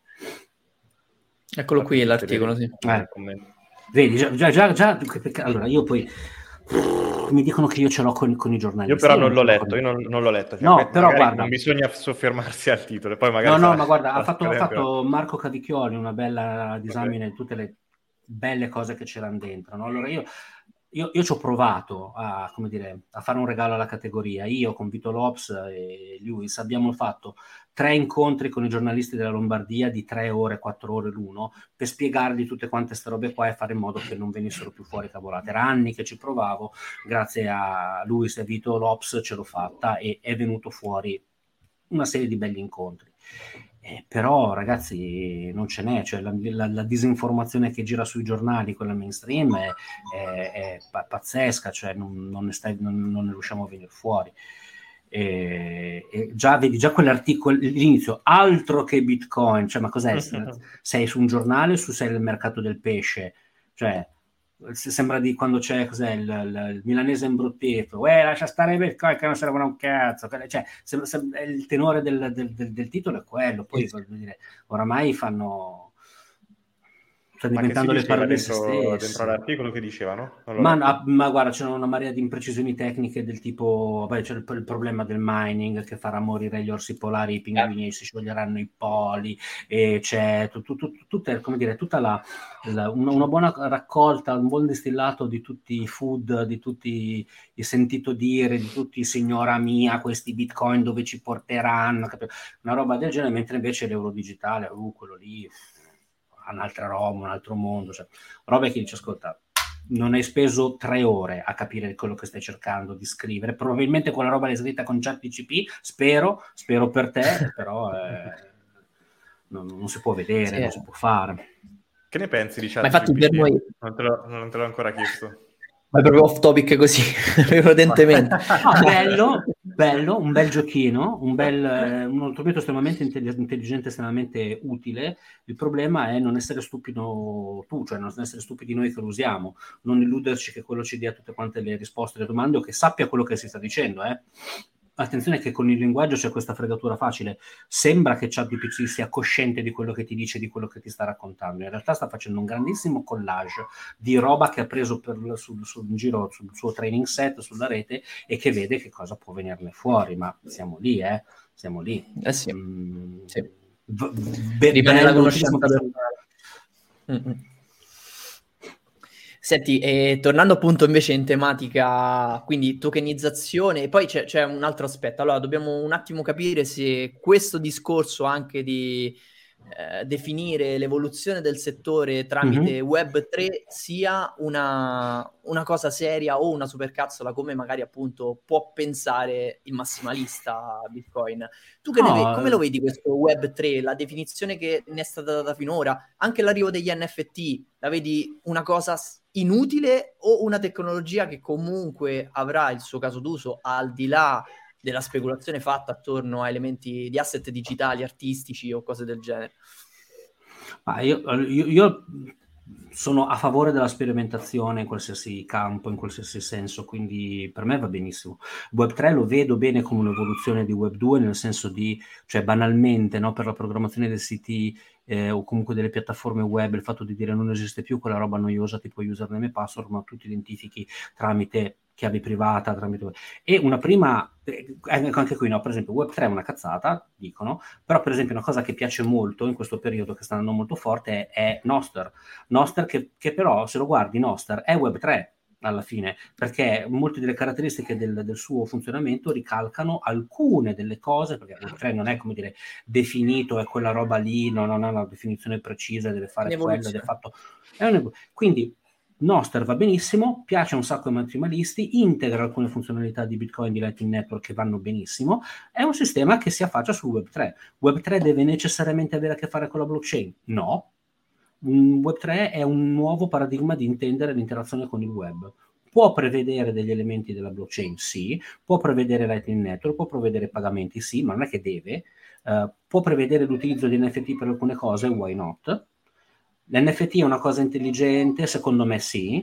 Eccolo qui l'articolo, sì. Eh. Vedi, già, già, già, già perché, allora io poi mi dicono che io ce l'ho con, con i giornalisti. Io però non, io l'ho non letto, con... io non, non l'ho letto. Cioè, no, però guarda, non bisogna soffermarsi al titolo. Poi magari no, no, sarà, ma guarda, ha fatto, ha però... fatto Marco Cavicchioli una bella disamina di tutte le belle cose che c'erano dentro, no? Allora io Io, io ci ho provato a, come dire, a fare un regalo alla categoria. Io con Vito Lops e Lewis abbiamo fatto tre incontri con i giornalisti della Lombardia di tre ore, quattro ore l'uno per spiegargli tutte quante queste robe qua e fare in modo che non venissero più fuori cavolate. Era anni che ci provavo, grazie a Lewis e Vito Lops ce l'ho fatta e è venuto fuori una serie di belli incontri. Eh, però ragazzi non ce n'è, cioè la, la, la disinformazione che gira sui giornali, quella mainstream è, è, è pazzesca, cioè non, non, ne stai, non, non ne riusciamo a venire fuori. E, e già vedi già quell'articolo l'inizio, altro che Bitcoin, cioè ma cos'è? Sei su un giornale o su sei nel mercato del pesce? Cioè sembra di quando c'è cos'è il, il, il milanese imbruttito, eh lascia stare Bitcoin che non servono un cazzo, cioè sembra, sembra, il tenore del, del, del, del titolo è quello. Poi voglio dire, oramai fanno stanno diventando le parole dentro, dentro l'articolo che dicevano? Ma, ma guarda, c'è una marea di imprecisioni tecniche del tipo, vabbè, c'è il, il problema del mining che farà morire gli orsi polari, i pinguini, eh. si scioglieranno i poli, e c'è tut, tut, tut, tut, come dire, tutta la, la una, una buona raccolta, un buon distillato di tutti i food, di tutti i sentito dire, di tutti signora mia, questi bitcoin dove ci porteranno, capito? Una roba del genere, mentre invece l'euro digitale, uh, quello lì un'altra roba, un altro mondo, cioè, roba che dice ascolta, non hai speso tre ore a capire quello che stai cercando di scrivere, probabilmente quella roba l'hai scritta con ChatGPT, spero, spero per te, però eh, non, non si può vedere, sì. non si può fare. Che ne pensi di ChatGPT? Ma infatti per noi... non, te lo, non te l'ho ancora chiesto. Ma è proprio off topic così, prudentemente. No, bello, bello, un bel giochino, un bel, eh, uno strumento estremamente intelligente, estremamente utile. Il problema è non essere stupido tu, cioè non essere stupidi noi che lo usiamo, non illuderci che quello ci dia tutte quante le risposte alle domande o che sappia quello che si sta dicendo, eh. Attenzione che con il linguaggio c'è questa fregatura facile. Sembra che ChatGPT sia cosciente di quello che ti dice, di quello che ti sta raccontando. In realtà sta facendo un grandissimo collage di roba che ha preso per, sul, sul in giro sul suo training set, sulla rete, e che vede che cosa può venirne fuori. Ma siamo lì, eh? Siamo lì. Eh sì. Mm, sì. V- be- Rimane la bello, conoscenza utilissimo. personale. Mm-mm. Senti, e tornando appunto invece in tematica, quindi tokenizzazione, e poi c'è, c'è un altro aspetto. Allora, dobbiamo un attimo capire se questo discorso anche di eh, definire l'evoluzione del settore tramite Mm-hmm. web tre sia una, una cosa seria o una supercazzola, come magari appunto può pensare il massimalista Bitcoin. Tu che ne ve- No, come lo vedi questo web tre, la definizione che ne è stata data finora, anche l'arrivo degli N F T, la vedi una cosa inutile o una tecnologia che comunque avrà il suo caso d'uso al di là della speculazione fatta attorno a elementi di asset digitali, artistici o cose del genere? Ma io, io, io sono a favore della sperimentazione in qualsiasi campo, in qualsiasi senso, quindi per me va benissimo. web tre lo vedo bene come un'evoluzione di web due, nel senso di, cioè banalmente, no, per la programmazione dei siti eh, o comunque delle piattaforme web, il fatto di dire non esiste più quella roba noiosa tipo username e password, ma tu ti identifichi tramite chiave privata, tramite... E una prima, anche qui no, per esempio web tre è una cazzata, dicono, però per esempio una cosa che piace molto in questo periodo, che sta andando molto forte, è, è Nostr. Nostr che, che però, se lo guardi, Nostr è web tre alla fine, perché molte delle caratteristiche del, del suo funzionamento ricalcano alcune delle cose, perché web tre non è, come dire, definito, è quella roba lì, non, non ha una definizione precisa, deve fare quello, ed è fatto... È un... Quindi Nostr va benissimo, piace un sacco ai maximalisti, integra alcune funzionalità di Bitcoin, di Lightning Network che vanno benissimo, è un sistema che si affaccia su web tre. web tre deve necessariamente avere a che fare con la blockchain? No. web tre è un nuovo paradigma di intendere l'interazione con il web. Può prevedere degli elementi della blockchain? Sì. Può prevedere Lightning Network, può prevedere pagamenti? Sì, ma non è che deve. Uh, può prevedere l'utilizzo di N F T per alcune cose? Why not? L'N F T è una cosa intelligente? Secondo me sì.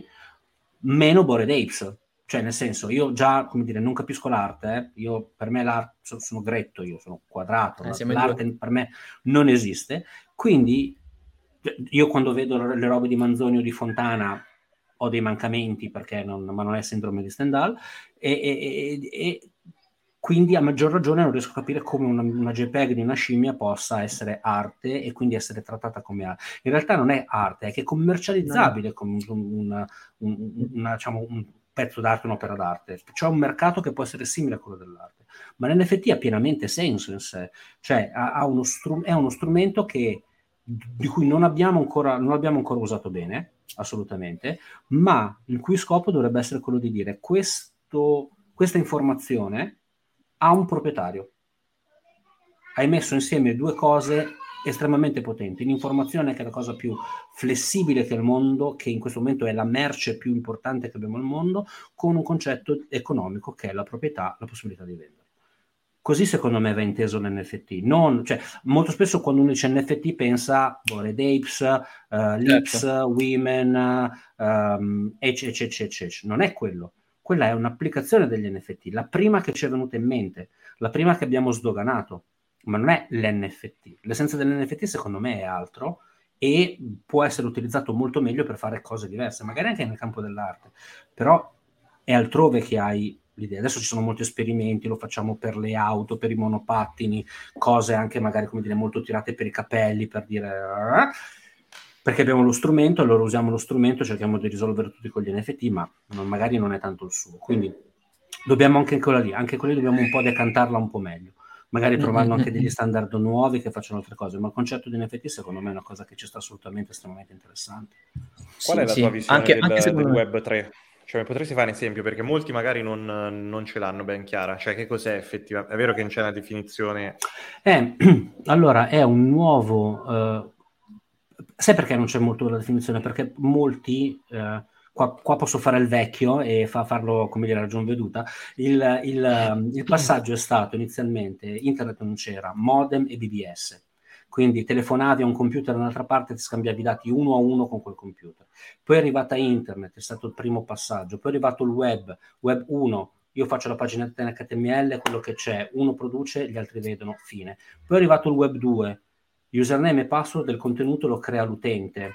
Meno Bored Apes. Cioè, nel senso, io già, come dire, non capisco l'arte. Eh? Io, per me l'arte, sono, sono gretto, io sono quadrato. Eh, l'arte per me non esiste. Quindi, io quando vedo le robe di Manzoni o di Fontana ho dei mancamenti, perché non, ma non è sindrome di Stendhal, e, e, e quindi a maggior ragione non riesco a capire come una, una JPEG di una scimmia possa essere arte e quindi essere trattata come arte. In realtà non è arte, è che è commercializzabile come un, un, una, diciamo, un pezzo d'arte, un'opera d'arte. C'è un mercato che può essere simile a quello dell'arte, ma l'N F T ha pienamente senso in sé, cioè ha, ha uno str- è uno strumento che, di cui non abbiamo ancora, non abbiamo ancora usato bene, assolutamente, ma il cui scopo dovrebbe essere quello di dire questo, questa informazione ha un proprietario. Hai messo insieme due cose estremamente potenti, l'informazione che è la cosa più flessibile che è il mondo, che in questo momento è la merce più importante che abbiamo al mondo, con un concetto economico che è la proprietà, la possibilità di vendere. Così secondo me va inteso l'N F T. Non, cioè, molto spesso quando uno dice N F T pensa Bored Apes, uh, Lips, certo. Women, um, ecc, ecc, ecc, ecc. Non è quello. Quella è un'applicazione degli N F T, la prima che ci è venuta in mente, la prima che abbiamo sdoganato, ma non è l'N F T. L'essenza dell'N F T secondo me è altro e può essere utilizzato molto meglio per fare cose diverse, magari anche nel campo dell'arte, però è altrove che hai l'idea. Adesso ci sono molti esperimenti, lo facciamo per le auto, per i monopattini, cose anche magari, come dire, molto tirate per i capelli, per dire... perché abbiamo lo strumento, allora usiamo lo strumento, cerchiamo di risolvere tutti con gli N F T, ma non, magari non è tanto il suo. Quindi dobbiamo anche quella lì, anche quella lì dobbiamo un po' decantarla un po' meglio. Magari trovando anche degli standard nuovi che facciano altre cose, ma il concetto di N F T secondo me è una cosa che ci sta assolutamente estremamente interessante. Qual sì, è la sì. tua visione anche, del, anche del web tre? Cioè, potresti fare un esempio? Perché molti magari non, non ce l'hanno ben chiara. Cioè, che cos'è effettivamente? È vero che non c'è una definizione? Eh, allora, è un nuovo... Uh, sai perché non c'è molto la definizione? Perché molti... Uh, qua, qua posso fare il vecchio e fa, farlo come dire a ragion veduta. Il, il, il passaggio è stato inizialmente, internet non c'era, modem e B B S. Quindi telefonavi a un computer da un'altra parte e ti scambiavi i dati uno a uno con quel computer. Poi è arrivata internet, è stato il primo passaggio. Poi è arrivato il web, web uno. Io faccio la paginetta in H T M L, quello che c'è, uno produce, gli altri vedono, fine. Poi è arrivato il web due, username e password del contenuto lo crea l'utente,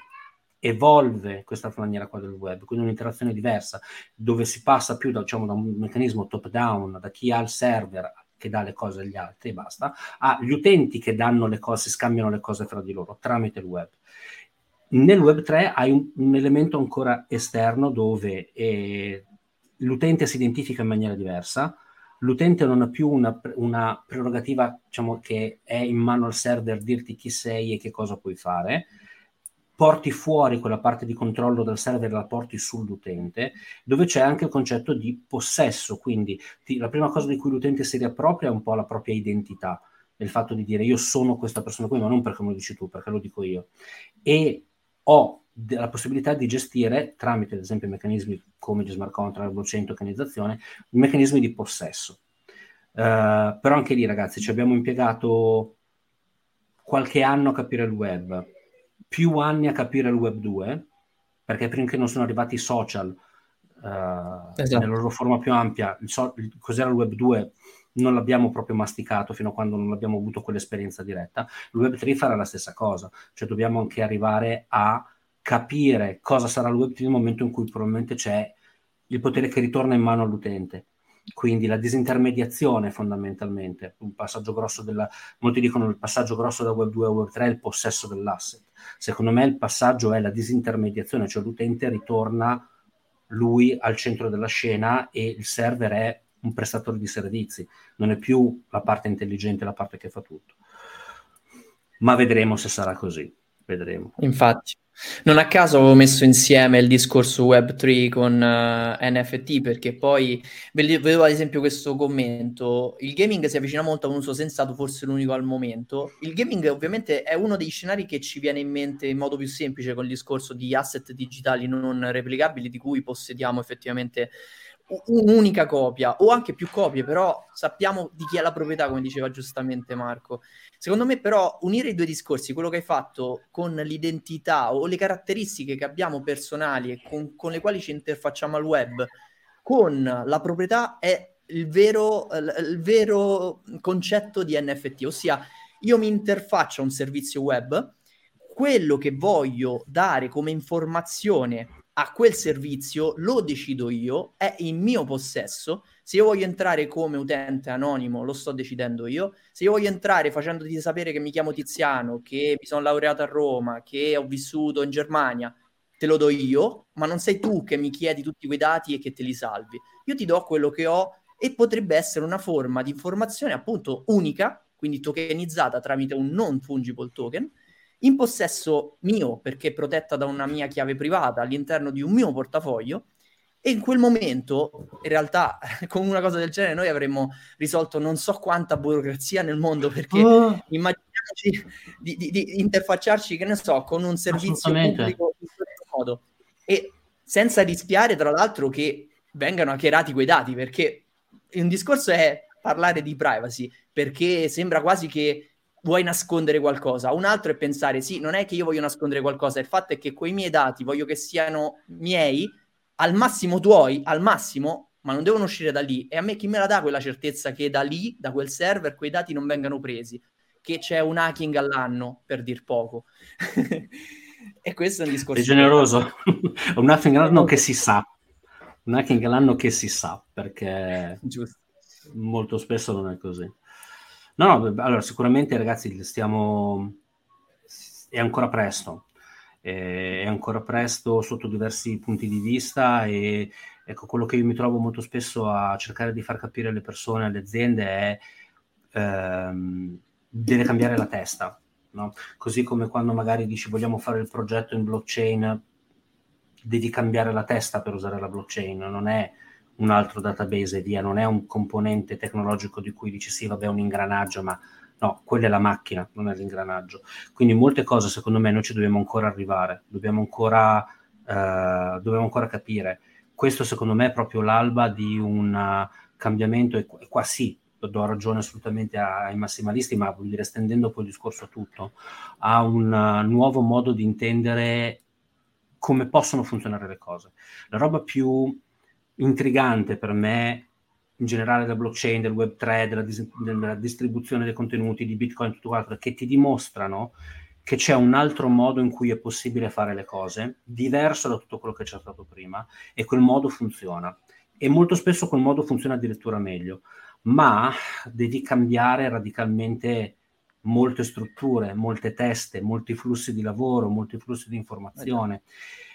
evolve questa maniera qua del web, quindi un'interazione diversa, dove si passa più da, diciamo, da un meccanismo top-down, da chi ha il server che dà le cose agli altri e basta, agli utenti che danno le cose, scambiano le cose fra di loro tramite il web. Nel web tre hai un, un elemento ancora esterno dove eh, l'utente si identifica in maniera diversa, l'utente non ha più una, una prerogativa, diciamo, che è in mano al server dirti chi sei e che cosa puoi fare, porti fuori quella parte di controllo del server, la porti sull'utente, dove c'è anche il concetto di possesso, quindi ti, la prima cosa di cui l'utente si riappropria è un po' la propria identità, il fatto di dire io sono questa persona qui, ma non perché me lo dici tu, perché lo dico io, e ho la possibilità di gestire, tramite ad esempio meccanismi come gli smart contract, la blockchain, tokenizzazione, meccanismi di possesso. Uh, però anche lì, ragazzi, ci abbiamo impiegato qualche anno a capire il web, più anni a capire il web due, perché prima che non sono arrivati i social uh, esatto. nella loro forma più ampia, il so- il, cos'era il web due non l'abbiamo proprio masticato fino a quando non abbiamo avuto quell'esperienza diretta. Il web tre farà la stessa cosa, cioè dobbiamo anche arrivare a capire cosa sarà il web tre nel momento in cui probabilmente c'è il potere che ritorna in mano all'utente, quindi la disintermediazione fondamentalmente, un passaggio grosso della, molti dicono il passaggio grosso da web due a web tre è il possesso dell'asset. Secondo me il passaggio è la disintermediazione, cioè l'utente ritorna lui al centro della scena e il server è un prestatore di servizi, non è più la parte intelligente, la parte che fa tutto. Ma vedremo se sarà così, vedremo. Infatti, non a caso avevo messo insieme il discorso web tre con uh, N F T, perché poi vedevo ad esempio questo commento: il gaming si avvicina molto a un uso sensato, forse l'unico al momento. Il gaming ovviamente è uno dei scenari che ci viene in mente in modo più semplice con il discorso di asset digitali non replicabili di cui possediamo effettivamente un'unica copia o anche più copie, però sappiamo di chi è la proprietà, come diceva giustamente Marco. Secondo me però unire i due discorsi, quello che hai fatto con l'identità o le caratteristiche che abbiamo personali e con, con le quali ci interfacciamo al web con la proprietà, è il vero, il vero concetto di N F T, ossia io mi interfaccio a un servizio web, quello che voglio dare come informazione a quel servizio lo decido io, è in mio possesso. Se io voglio entrare come utente anonimo lo sto decidendo io, se io voglio entrare facendoti sapere che mi chiamo Tiziano, che mi sono laureato a Roma, che ho vissuto in Germania, te lo do io, ma non sei tu che mi chiedi tutti quei dati e che te li salvi. Io ti do quello che ho e potrebbe essere una forma di informazione appunto unica, quindi tokenizzata tramite un non fungible token, in possesso mio, perché protetta da una mia chiave privata all'interno di un mio portafoglio, e in quel momento, in realtà, con una cosa del genere noi avremmo risolto non so quanta burocrazia nel mondo, perché oh. immaginiamoci di, di, di interfacciarci, che ne so, con un servizio pubblico in questo modo, e senza rischiare, tra l'altro, che vengano hackerati quei dati, perché un discorso è parlare di privacy, perché sembra quasi che vuoi nascondere qualcosa, un altro è pensare sì, non è che io voglio nascondere qualcosa, il fatto è che quei miei dati voglio che siano miei, al massimo tuoi, al massimo, ma non devono uscire da lì, e a me chi me la dà quella certezza che da lì, da quel server, quei dati non vengano presi, che c'è un hacking all'anno, per dir poco. E questo è un discorso... È generoso, un hacking all'anno che si sa, un hacking all'anno che si sa, perché giusto, molto spesso non è così. No, no, allora sicuramente ragazzi stiamo, è ancora presto, è ancora presto sotto diversi punti di vista, e ecco, quello che io mi trovo molto spesso a cercare di far capire alle persone, alle aziende è ehm, deve cambiare la testa, no? Così come quando magari dici vogliamo fare il progetto in blockchain, devi cambiare la testa per usare la blockchain, non è un altro database e via, non è un componente tecnologico di cui dici sì, vabbè, un ingranaggio, ma no, quella è la macchina, non è l'ingranaggio. Quindi molte cose, secondo me, noi ci dobbiamo ancora arrivare, dobbiamo ancora uh, dobbiamo ancora capire. Questo secondo me è proprio l'alba di un cambiamento, e qua sì, do ragione assolutamente ai massimalisti, ma vuol dire, stendendo poi il discorso a tutto, a un nuovo modo di intendere come possono funzionare le cose. La roba più intrigante per me, in generale, della blockchain, del web tre, della, dis- della distribuzione dei contenuti, di Bitcoin, tutto quanto, che ti dimostrano che c'è un altro modo in cui è possibile fare le cose, diverso da tutto quello che c'è stato prima, e quel modo funziona. E molto spesso quel modo funziona addirittura meglio, ma devi cambiare radicalmente molte strutture, molte teste, molti flussi di lavoro, molti flussi di informazione,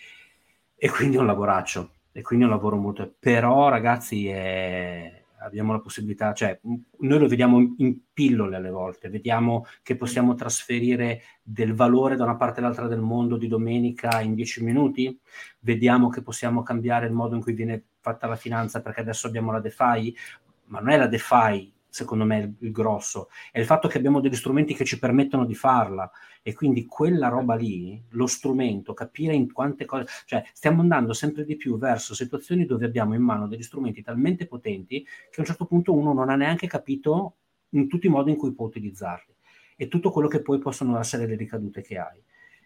e quindi è un lavoraccio, e quindi è un lavoro molto... Però ragazzi, è... abbiamo la possibilità, cioè noi lo vediamo in pillole alle volte, vediamo che possiamo trasferire del valore da una parte all'altra del mondo di domenica in dieci minuti, vediamo che possiamo cambiare il modo in cui viene fatta la finanza perché adesso abbiamo la DeFi, ma non è la DeFi secondo me il, il grosso, è il fatto che abbiamo degli strumenti che ci permettono di farla, e quindi quella roba lì, lo strumento, capire in quante cose, cioè stiamo andando sempre di più verso situazioni dove abbiamo in mano degli strumenti talmente potenti che a un certo punto uno non ha neanche capito in tutti i modi in cui può utilizzarli, e tutto quello che poi possono essere le ricadute che hai,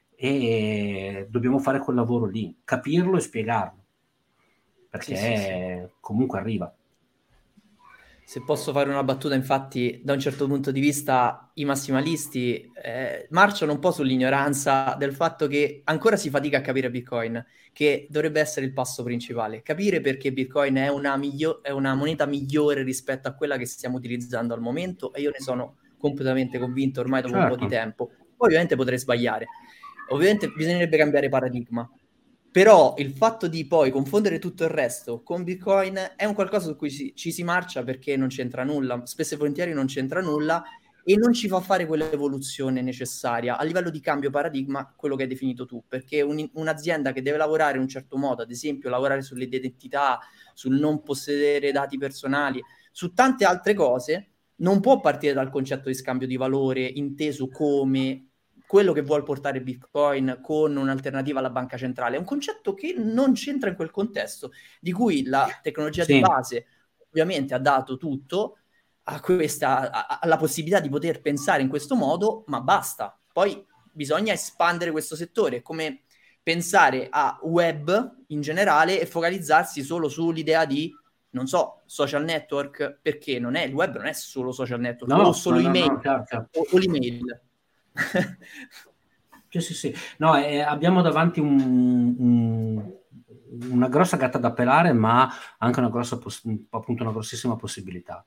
e dobbiamo fare quel lavoro lì, capirlo e spiegarlo, perché sì, sì, sì. Comunque arriva. Se posso fare una battuta, infatti, da un certo punto di vista i massimalisti eh, marciano un po' sull'ignoranza del fatto che ancora si fatica a capire Bitcoin, che dovrebbe essere il passo principale. Capire perché Bitcoin è una, miglio- è una moneta migliore rispetto a quella che stiamo utilizzando al momento, e io ne sono completamente convinto ormai dopo certo. un po' di tempo. Poi ovviamente potrei sbagliare. Ovviamente bisognerebbe cambiare paradigma. Però il fatto di poi confondere tutto il resto con Bitcoin è un qualcosa su cui si, ci si marcia perché non c'entra nulla, spesso e volentieri non c'entra nulla, e non ci fa fare quell'evoluzione necessaria a livello di cambio paradigma, quello che hai definito tu, perché un, un'azienda che deve lavorare in un certo modo, ad esempio lavorare sull'identità, sul non possedere dati personali, su tante altre cose, non può partire dal concetto di scambio di valore inteso come quello che vuol portare Bitcoin con un'alternativa alla banca centrale. È un concetto che non c'entra in quel contesto, di cui la tecnologia sì. di base ovviamente ha dato tutto a questa, alla possibilità di poter pensare in questo modo, ma basta. Poi bisogna espandere questo settore, come pensare a web in generale e focalizzarsi solo sull'idea di, non so, social network, perché non è, il web non è solo social network, no, o solo no, email, no, chiaro, chiaro. O, o l'email. Sì, sì, sì. No, eh, abbiamo davanti un, un, una grossa gatta da pelare, ma anche una grossa, appunto, una grossissima possibilità.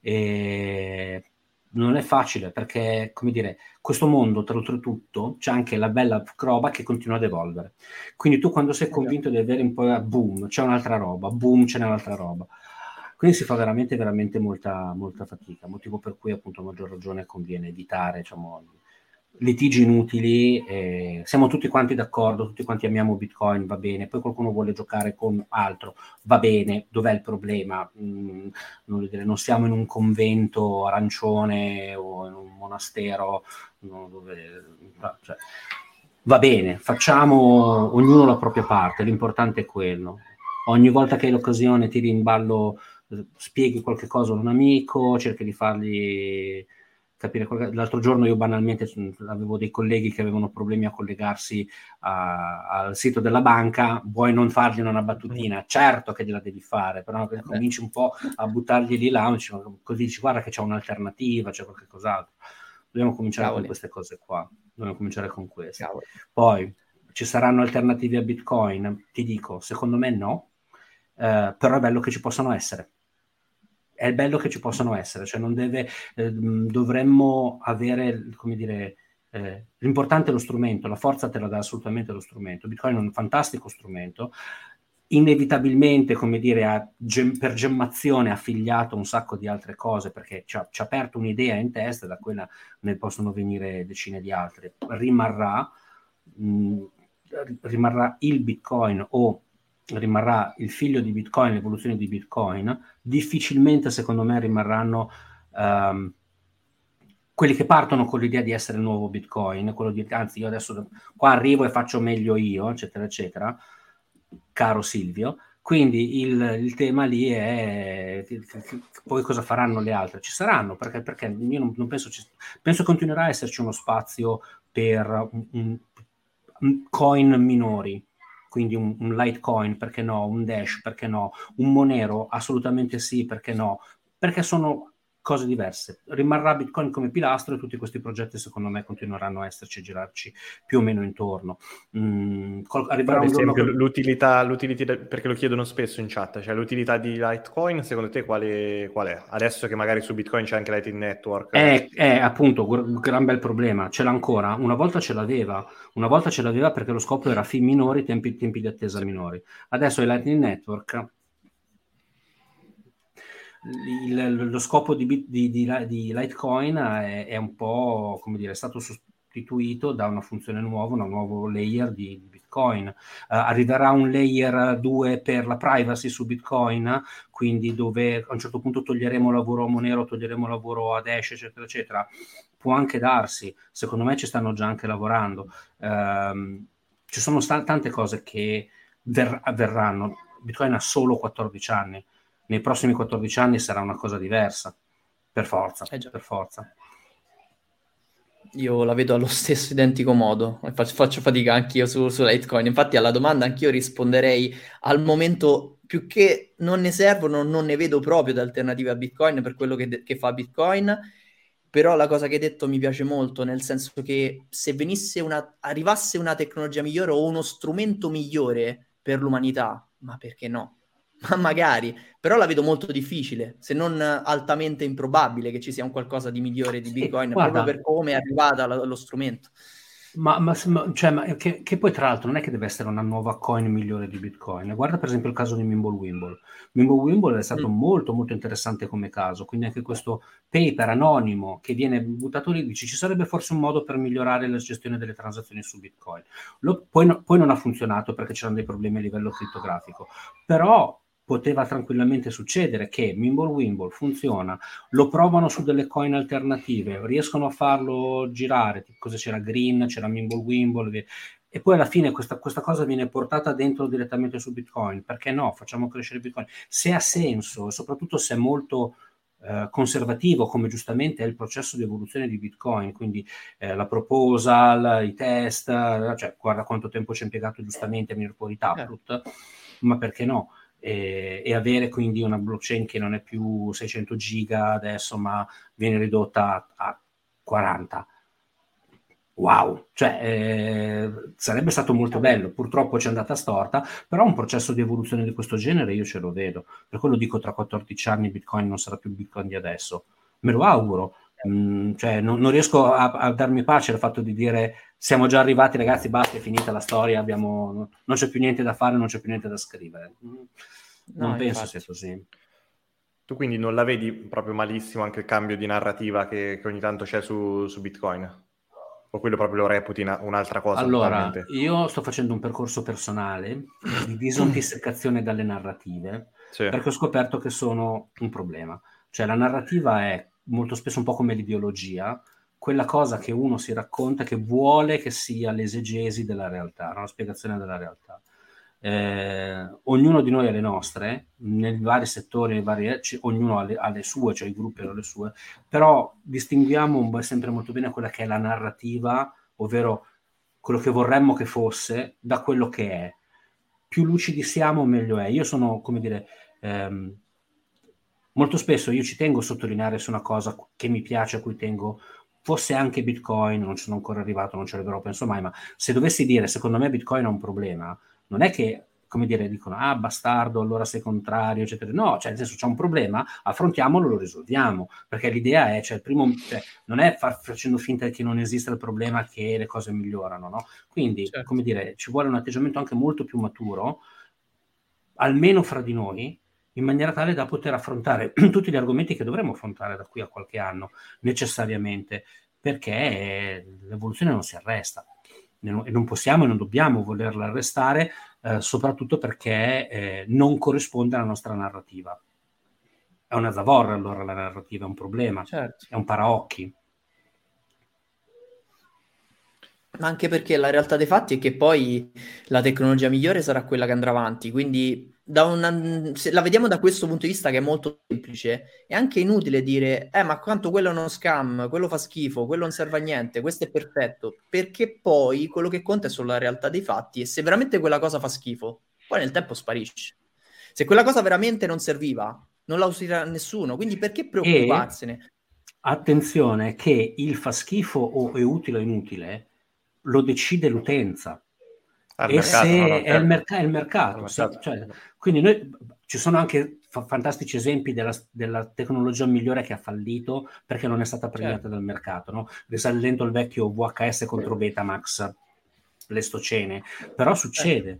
E non è facile perché, come dire, questo mondo, tra oltretutto, c'è anche la bella roba che continua ad evolvere. Quindi tu, quando sei convinto di avere un po' boom, c'è un'altra roba, boom, c'è un'altra roba. Quindi si fa veramente, veramente molta, molta fatica, motivo per cui, appunto, a maggior ragione conviene evitare, diciamo, litigi inutili. Eh, siamo tutti quanti d'accordo, tutti quanti amiamo Bitcoin, va bene, poi qualcuno vuole giocare con altro, va bene, dov'è il problema? Mm, non, dire, non siamo in un convento arancione o in un monastero, no, dove, cioè, va bene, facciamo ognuno la propria parte, l'importante è quello. Ogni volta che hai l'occasione tiri in ballo, spieghi qualche cosa a un amico, cerchi di fargli capire qualche... L'altro giorno io banalmente avevo dei colleghi che avevano problemi a collegarsi a, al sito della banca, vuoi non fargli una battutina? Certo che gliela devi fare, però eh cominci un po' a buttargli lì là, così dici guarda che c'è un'alternativa, c'è qualche cos'altro. Dobbiamo cominciare Cavoli. con queste cose qua, dobbiamo cominciare con queste. Cavoli. Poi ci saranno alternative a Bitcoin? Ti dico, secondo me no, eh, però è bello che ci possano essere. È bello che ci possano essere, cioè non deve, eh, dovremmo avere, come dire, eh, l'importante è lo strumento, la forza te la dà assolutamente lo strumento. Bitcoin è un fantastico strumento, inevitabilmente, come dire, ha gem- per gemmazione affiliato un sacco di altre cose, perché ci ha, ci ha aperto un'idea in testa, da quella ne possono venire decine di altre. Rimarrà, mh, rimarrà il Bitcoin o rimarrà il figlio di Bitcoin, l'evoluzione di Bitcoin. Difficilmente, secondo me, rimarranno um, quelli che partono con l'idea di essere il nuovo Bitcoin, quello di, anzi, io adesso qua arrivo e faccio meglio io, eccetera, eccetera. caro Silvio. Quindi il, il tema lì è poi cosa faranno le altre? Ci saranno, perché, perché io non, non penso, ci, penso continuerà a esserci uno spazio per un, un, un coin minori, quindi un, un Litecoin, perché no, un Dash, perché no, un Monero, assolutamente sì, perché no, perché sono cose diverse. Rimarrà Bitcoin come pilastro e tutti questi progetti secondo me continueranno a esserci, a girarci più o meno intorno. Mm, col, arriverà Però, ad un giorno esempio, che... l'utilità, l'utilità, perché lo chiedono spesso in chat, cioè l'utilità di Litecoin, secondo te quale, qual è? Adesso che magari su Bitcoin c'è anche Lightning Network. È, è appunto un gran bel problema, ce l'ha ancora, una volta ce l'aveva, una volta ce l'aveva perché lo scopo era fee minori, tempi, tempi di attesa Sì. minori. Adesso il Lightning Network, il, lo scopo di, di, di, di Litecoin è, è un po', come dire, è stato sostituito da una funzione nuova, un nuovo layer di, di Bitcoin. Uh, arriverà un layer due per la privacy su Bitcoin, quindi dove a un certo punto toglieremo lavoro a Monero, toglieremo lavoro a Dash, eccetera, eccetera. Può anche darsi, secondo me ci stanno già anche lavorando. Um, ci sono st- tante cose che ver- avverranno. Bitcoin ha solo quattordici anni. Nei prossimi quattordici anni sarà una cosa diversa, per forza, Eh già. per forza. Io la vedo allo stesso identico modo, faccio, faccio fatica anch'io su, su Litecoin, infatti alla domanda anch'io risponderei al momento più che non ne servono, non ne vedo proprio di alternative a Bitcoin per quello che, che fa Bitcoin, però la cosa che hai detto mi piace molto, nel senso che se venisse una, arrivasse una tecnologia migliore o uno strumento migliore per l'umanità, ma perché no? Ma magari, però la vedo molto difficile, se non altamente improbabile che ci sia un qualcosa di migliore di Sì, Bitcoin, guarda, proprio per come è arrivata lo, lo strumento. Ma, ma, ma, cioè, ma che, che poi tra l'altro non è che deve essere una nuova coin migliore di Bitcoin. Guarda per esempio il caso di Mimblewimble. Mimblewimble è stato Mm. molto molto interessante come caso, quindi anche questo paper anonimo che viene buttato lì, dice ci sarebbe forse un modo per migliorare la gestione delle transazioni su Bitcoin. Lo, poi, no, poi non ha funzionato perché c'erano dei problemi a livello criptografico, però poteva tranquillamente succedere che Mimblewimble funziona, lo provano su delle coin alternative, riescono a farlo girare, cosa c'era Green, c'era Mimblewimble, e poi alla fine questa, questa cosa viene portata dentro direttamente su Bitcoin. Perché no? Facciamo crescere Bitcoin. Se ha senso, e soprattutto se è molto eh, conservativo, come giustamente è il processo di evoluzione di Bitcoin, quindi eh, la proposal, i test, cioè guarda quanto tempo ci ha impiegato giustamente a venire fuori Taproot, eh. ma perché no? E, e avere quindi una blockchain che non è più seicento giga adesso, ma viene ridotta a, a quaranta. Wow, cioè eh, sarebbe stato molto bello, purtroppo ci è andata storta, però un processo di evoluzione di questo genere io ce lo vedo, per quello dico tra quattordici anni Bitcoin non sarà più Bitcoin di adesso, me lo auguro. Mm, cioè, non, non riesco a, a darmi pace al fatto di dire siamo già arrivati ragazzi, basta, è finita la storia, abbiamo, non c'è più niente da fare, non c'è più niente da scrivere. Non No, penso infatti. sia così. Tu quindi non la vedi proprio malissimo anche il cambio di narrativa che, che ogni tanto c'è su, su Bitcoin? O quello proprio lo reputi una, un'altra cosa Allora, totalmente? io sto facendo un percorso personale di disintossicazione dalle narrative, Sì. perché ho scoperto che sono un problema. Cioè la narrativa è molto spesso un po' come l'ideologia, quella cosa che uno si racconta che vuole che sia l'esegesi della realtà, no? La spiegazione della realtà. Eh, ognuno di noi ha le nostre, nei vari settori, nei vari, c- ognuno ha le, ha le sue, cioè i gruppi hanno le sue, però distinguiamo sempre molto bene quella che è la narrativa, ovvero quello che vorremmo che fosse, da quello che è. Più lucidi siamo, meglio è. Io sono, come dire, ehm, molto spesso io ci tengo a sottolineare su una cosa che mi piace, a cui tengo, fosse anche Bitcoin, non ci sono ancora arrivato, non ci arriverò, penso mai, ma se dovessi dire, secondo me Bitcoin è un problema, non è che, come dire, dicono, ah, bastardo, allora sei contrario, eccetera. No, cioè, nel senso, c'è un problema, affrontiamolo, lo risolviamo, perché l'idea è, cioè, il primo, cioè, non è far, facendo finta che non esista il problema che le cose migliorano, no? Quindi, Certo. come dire, ci vuole un atteggiamento anche molto più maturo, almeno fra di noi, in maniera tale da poter affrontare tutti gli argomenti che dovremo affrontare da qui a qualche anno, necessariamente, perché l'evoluzione non si arresta e non possiamo e non dobbiamo volerla arrestare, eh, soprattutto perché eh, non corrisponde alla nostra narrativa. È una zavorra allora la narrativa, è un problema, Certo. è un paraocchi. Ma anche perché la realtà dei fatti è che poi la tecnologia migliore sarà quella che andrà avanti, quindi da una- se la vediamo da questo punto di vista che è molto semplice, è anche inutile dire, eh ma quanto quello è uno scam, quello fa schifo, quello non serve a niente, questo è perfetto, perché poi quello che conta è solo la realtà dei fatti e se veramente quella cosa fa schifo, poi nel tempo sparisce. Se quella cosa veramente non serviva, non la userà nessuno, quindi perché E preoccuparsene? attenzione che il fa schifo o è utile o inutile lo decide l'utenza. Al E mercato, no, no, se è il, certo. merc- è il Al mercato, se- mercato. cioè, quindi noi, ci sono anche fa- fantastici esempi della, della tecnologia migliore che ha fallito perché non è stata premiata Certo. dal mercato, no? Risalendo al vecchio V H S contro Betamax, l'estocene, però succede.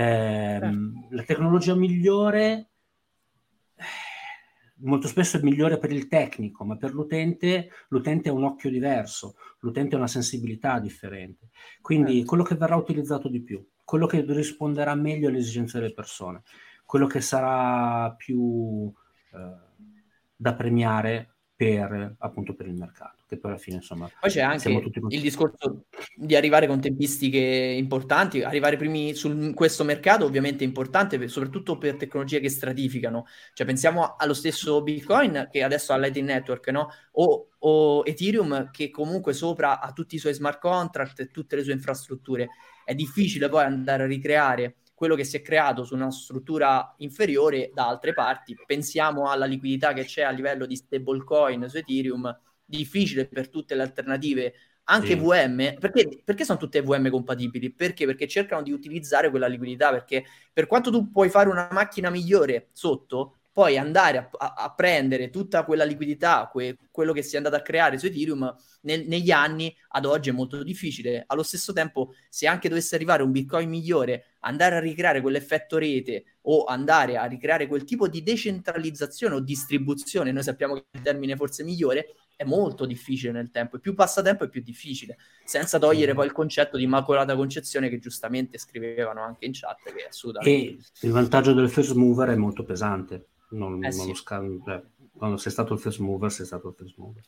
Ehm, la tecnologia migliore eh, molto spesso è migliore per il tecnico, ma per l'utente, l'utente ha un occhio diverso, l'utente ha una sensibilità differente. Quindi Certo. quello che verrà utilizzato di più, quello che risponderà meglio alle esigenze delle persone, quello che sarà più eh, da premiare per, appunto, per il mercato, che poi alla fine, insomma, Poi c'è siamo anche tutti... il discorso di arrivare con tempistiche importanti, arrivare primi su questo mercato ovviamente è importante, per- soprattutto per tecnologie che stratificano. Cioè pensiamo allo stesso Bitcoin che adesso ha Lightning Network, no? O, o Ethereum che comunque sopra ha tutti i suoi smart contract e tutte le sue infrastrutture. È difficile poi andare a ricreare quello che si è creato su una struttura inferiore da altre parti. Pensiamo alla liquidità che c'è a livello di stablecoin su Ethereum, difficile per tutte le alternative, anche Sì. V M, perché, perché sono tutte V M compatibili? Perché? Perché cercano di utilizzare quella liquidità, perché per quanto tu puoi fare una macchina migliore sotto, poi andare a, a, a prendere tutta quella liquidità, que, quello che si è andato a creare su Ethereum nel, negli anni, ad oggi è molto difficile. Allo stesso tempo, se anche dovesse arrivare un Bitcoin migliore, andare a ricreare quell'effetto rete o andare a ricreare quel tipo di decentralizzazione o distribuzione, noi sappiamo che il termine forse migliore, è molto difficile nel tempo, e più passa tempo è più difficile, senza togliere poi il concetto di immacolata concezione che giustamente scrivevano anche in chat, che è assolutamente... E il vantaggio del first mover è molto pesante. Non, Eh non lo sì, scan- cioè, quando sei stato il first mover, sei stato il first mover.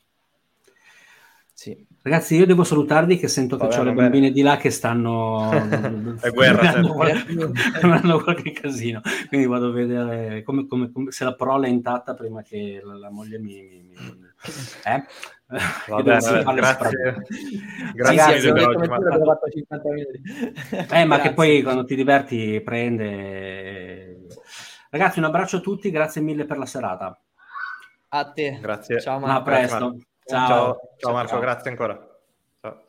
sì. Ragazzi, io devo salutarvi che sento che Va ho bene, le va bene. bambine di là che stanno È guerra combinando qualche, Grazie mille. combinando qualche casino. Quindi vado a vedere come, come- come- se la prole è intatta prima che la, la moglie mi... mi, mi- eh? Va Io devo bene, farle grazie. Sì, Grazie sì, mille abbiamo per detto oggi, mezz'ora, Marco. abbiamo fatto cinquanta minuti. Eh, ma che Grazie. poi quando ti diverti prende... Ragazzi, un abbraccio a tutti, grazie mille per la serata. A te. Grazie. Ciao A Marco. Grazie, presto. Marco. Ciao. Ciao, ciao Ciao, Marco, ciao. grazie ancora. Ciao.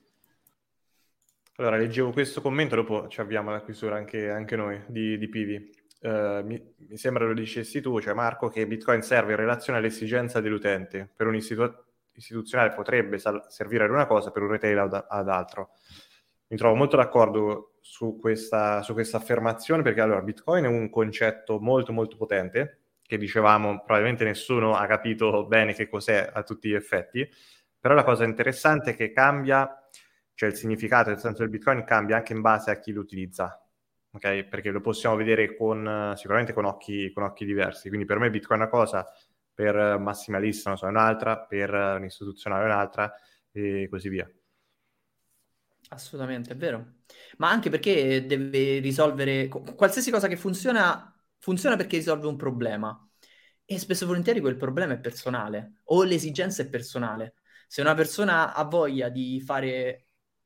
Allora, leggevo questo commento, dopo ci avviamo alla chiusura anche, anche noi di, di Pivi. Eh, mi, mi sembra lo dicessi tu, cioè Marco, che Bitcoin serve in relazione all'esigenza dell'utente. Per un istitu- istituzionale potrebbe sal- servire ad una cosa, per un retail ad, ad altro. Mi trovo molto d'accordo su questa, su questa affermazione, perché allora Bitcoin è un concetto molto molto potente, che dicevamo probabilmente nessuno ha capito bene che cos'è a tutti gli effetti, però la cosa interessante è che cambia, cioè il significato, nel senso del Bitcoin cambia anche in base a chi lo utilizza, ok? Perché lo possiamo vedere con, sicuramente con occhi, con occhi diversi, quindi per me Bitcoin è una cosa, per massimalista non so, è un'altra, per un istituzionale è un'altra, e così via. Assolutamente, è vero. Ma anche perché deve risolvere qualsiasi cosa che funziona, funziona perché risolve un problema. E spesso e volentieri quel problema è personale o l'esigenza è personale. Se una persona ha voglia di fare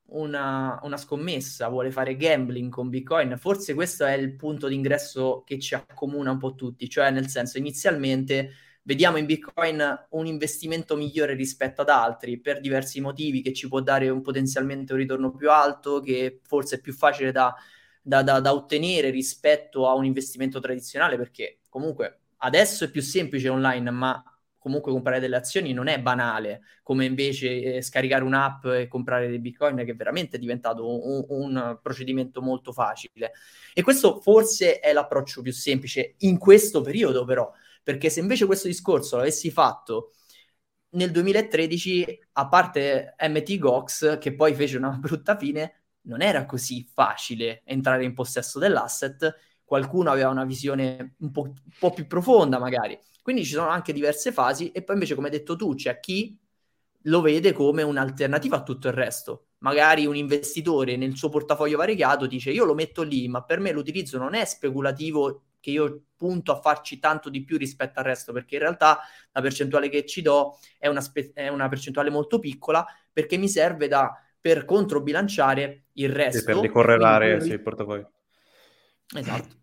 una, una scommessa, vuole fare gambling con Bitcoin, forse questo è il punto d'ingresso che ci accomuna un po' tutti. Cioè, nel senso, inizialmente vediamo in Bitcoin un investimento migliore rispetto ad altri per diversi motivi, che ci può dare un potenzialmente un ritorno più alto, che forse è più facile da, da, da, da ottenere rispetto a un investimento tradizionale, perché comunque adesso è più semplice online, ma comunque comprare delle azioni non è banale, come invece eh, scaricare un'app e comprare dei Bitcoin, che è veramente diventato un, un procedimento molto facile. E questo forse è l'approccio più semplice in questo periodo, però, perché se invece questo discorso l'avessi fatto nel duemilatredici, a parte M T Gox, che poi fece una brutta fine, non era così facile entrare in possesso dell'asset, qualcuno aveva una visione un po', un po' più profonda magari, quindi ci sono anche diverse fasi, e poi invece come hai detto tu c'è chi lo vede come un'alternativa a tutto il resto, magari un investitore nel suo portafoglio variegato dice io lo metto lì, ma per me l'utilizzo non è speculativo, che io punto a farci tanto di più rispetto al resto, perché in realtà la percentuale che ci do è una, spe- è una percentuale molto piccola, perché mi serve da, per controbilanciare il resto. E per decorrelare quindi... sì, il portafoglio. Esatto.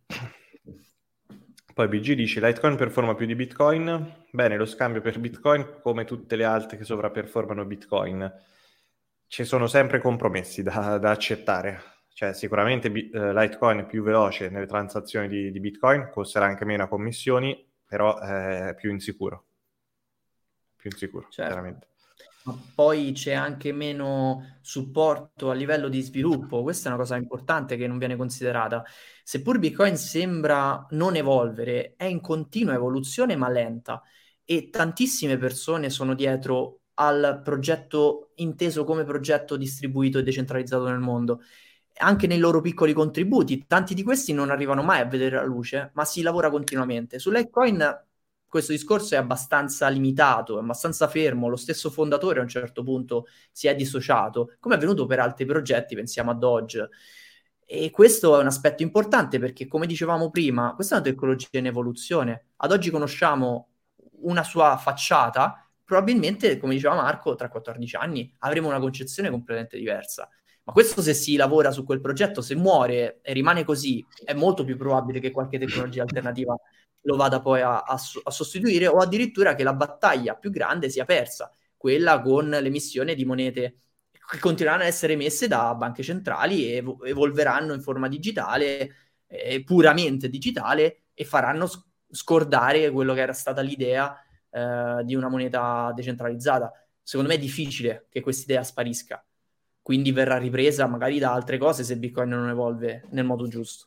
Poi B G dice Litecoin performa più di Bitcoin. Bene, lo scambio per Bitcoin, come tutte le altre che sovraperformano Bitcoin, ci sono sempre compromessi da, da accettare. Cioè sicuramente B- eh, Litecoin è più veloce nelle transazioni di, di Bitcoin, costerà anche meno a commissioni, però è più insicuro. Più insicuro, certo. chiaramente. Ma poi c'è anche meno supporto a livello di sviluppo, questa è una cosa importante che non viene considerata. Seppur Bitcoin sembra non evolvere, è in continua evoluzione ma lenta, e tantissime persone sono dietro al progetto inteso come progetto distribuito e decentralizzato nel mondo, anche nei loro piccoli contributi. Tanti di questi non arrivano mai a vedere la luce, ma si lavora continuamente. Su Litecoin questo discorso è abbastanza limitato, è abbastanza fermo. Lo stesso fondatore a un certo punto si è dissociato, come è avvenuto per altri progetti, pensiamo a Doge. E questo è un aspetto importante perché, come dicevamo prima, questa è una tecnologia in evoluzione. Ad oggi conosciamo una sua facciata, probabilmente, come diceva Marco, tra quattordici anni avremo una concezione completamente diversa. Ma questo se si lavora su quel progetto, se muore e rimane così, è molto più probabile che qualche tecnologia alternativa lo vada poi a, a, a sostituire, o addirittura che la battaglia più grande sia persa, quella con l'emissione di monete che continueranno a essere emesse da banche centrali e evo- evolveranno in forma digitale, eh, puramente digitale, e faranno sc- scordare quello che era stata l'idea eh, di una moneta decentralizzata. Secondo me è difficile che questa idea sparisca, quindi verrà ripresa magari da altre cose se Bitcoin non evolve nel modo giusto.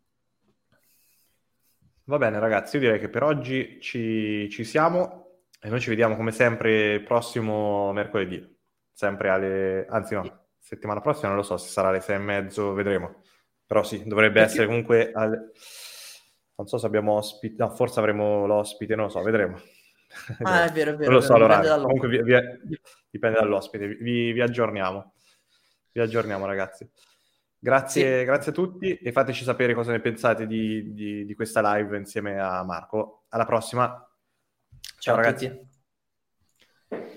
Va bene ragazzi, io direi che per oggi ci, ci siamo e noi ci vediamo come sempre il prossimo mercoledì, sempre alle... anzi no, settimana prossima non lo so se sarà alle sei e mezzo, vedremo, però sì, dovrebbe Perché... essere comunque alle... non so se abbiamo ospite, no, forse avremo l'ospite, non lo so, vedremo. Ah, è vero, è vero, Non lo è so vero, dipende l'orario, comunque vi, dall'ospite. vi- dipende dall'ospite, vi, vi aggiorniamo, vi aggiorniamo ragazzi. Grazie, Sì. grazie a tutti e fateci sapere cosa ne pensate di, di, di questa live insieme a Marco. Alla prossima. Ciao, Ciao a ragazzi. tutti.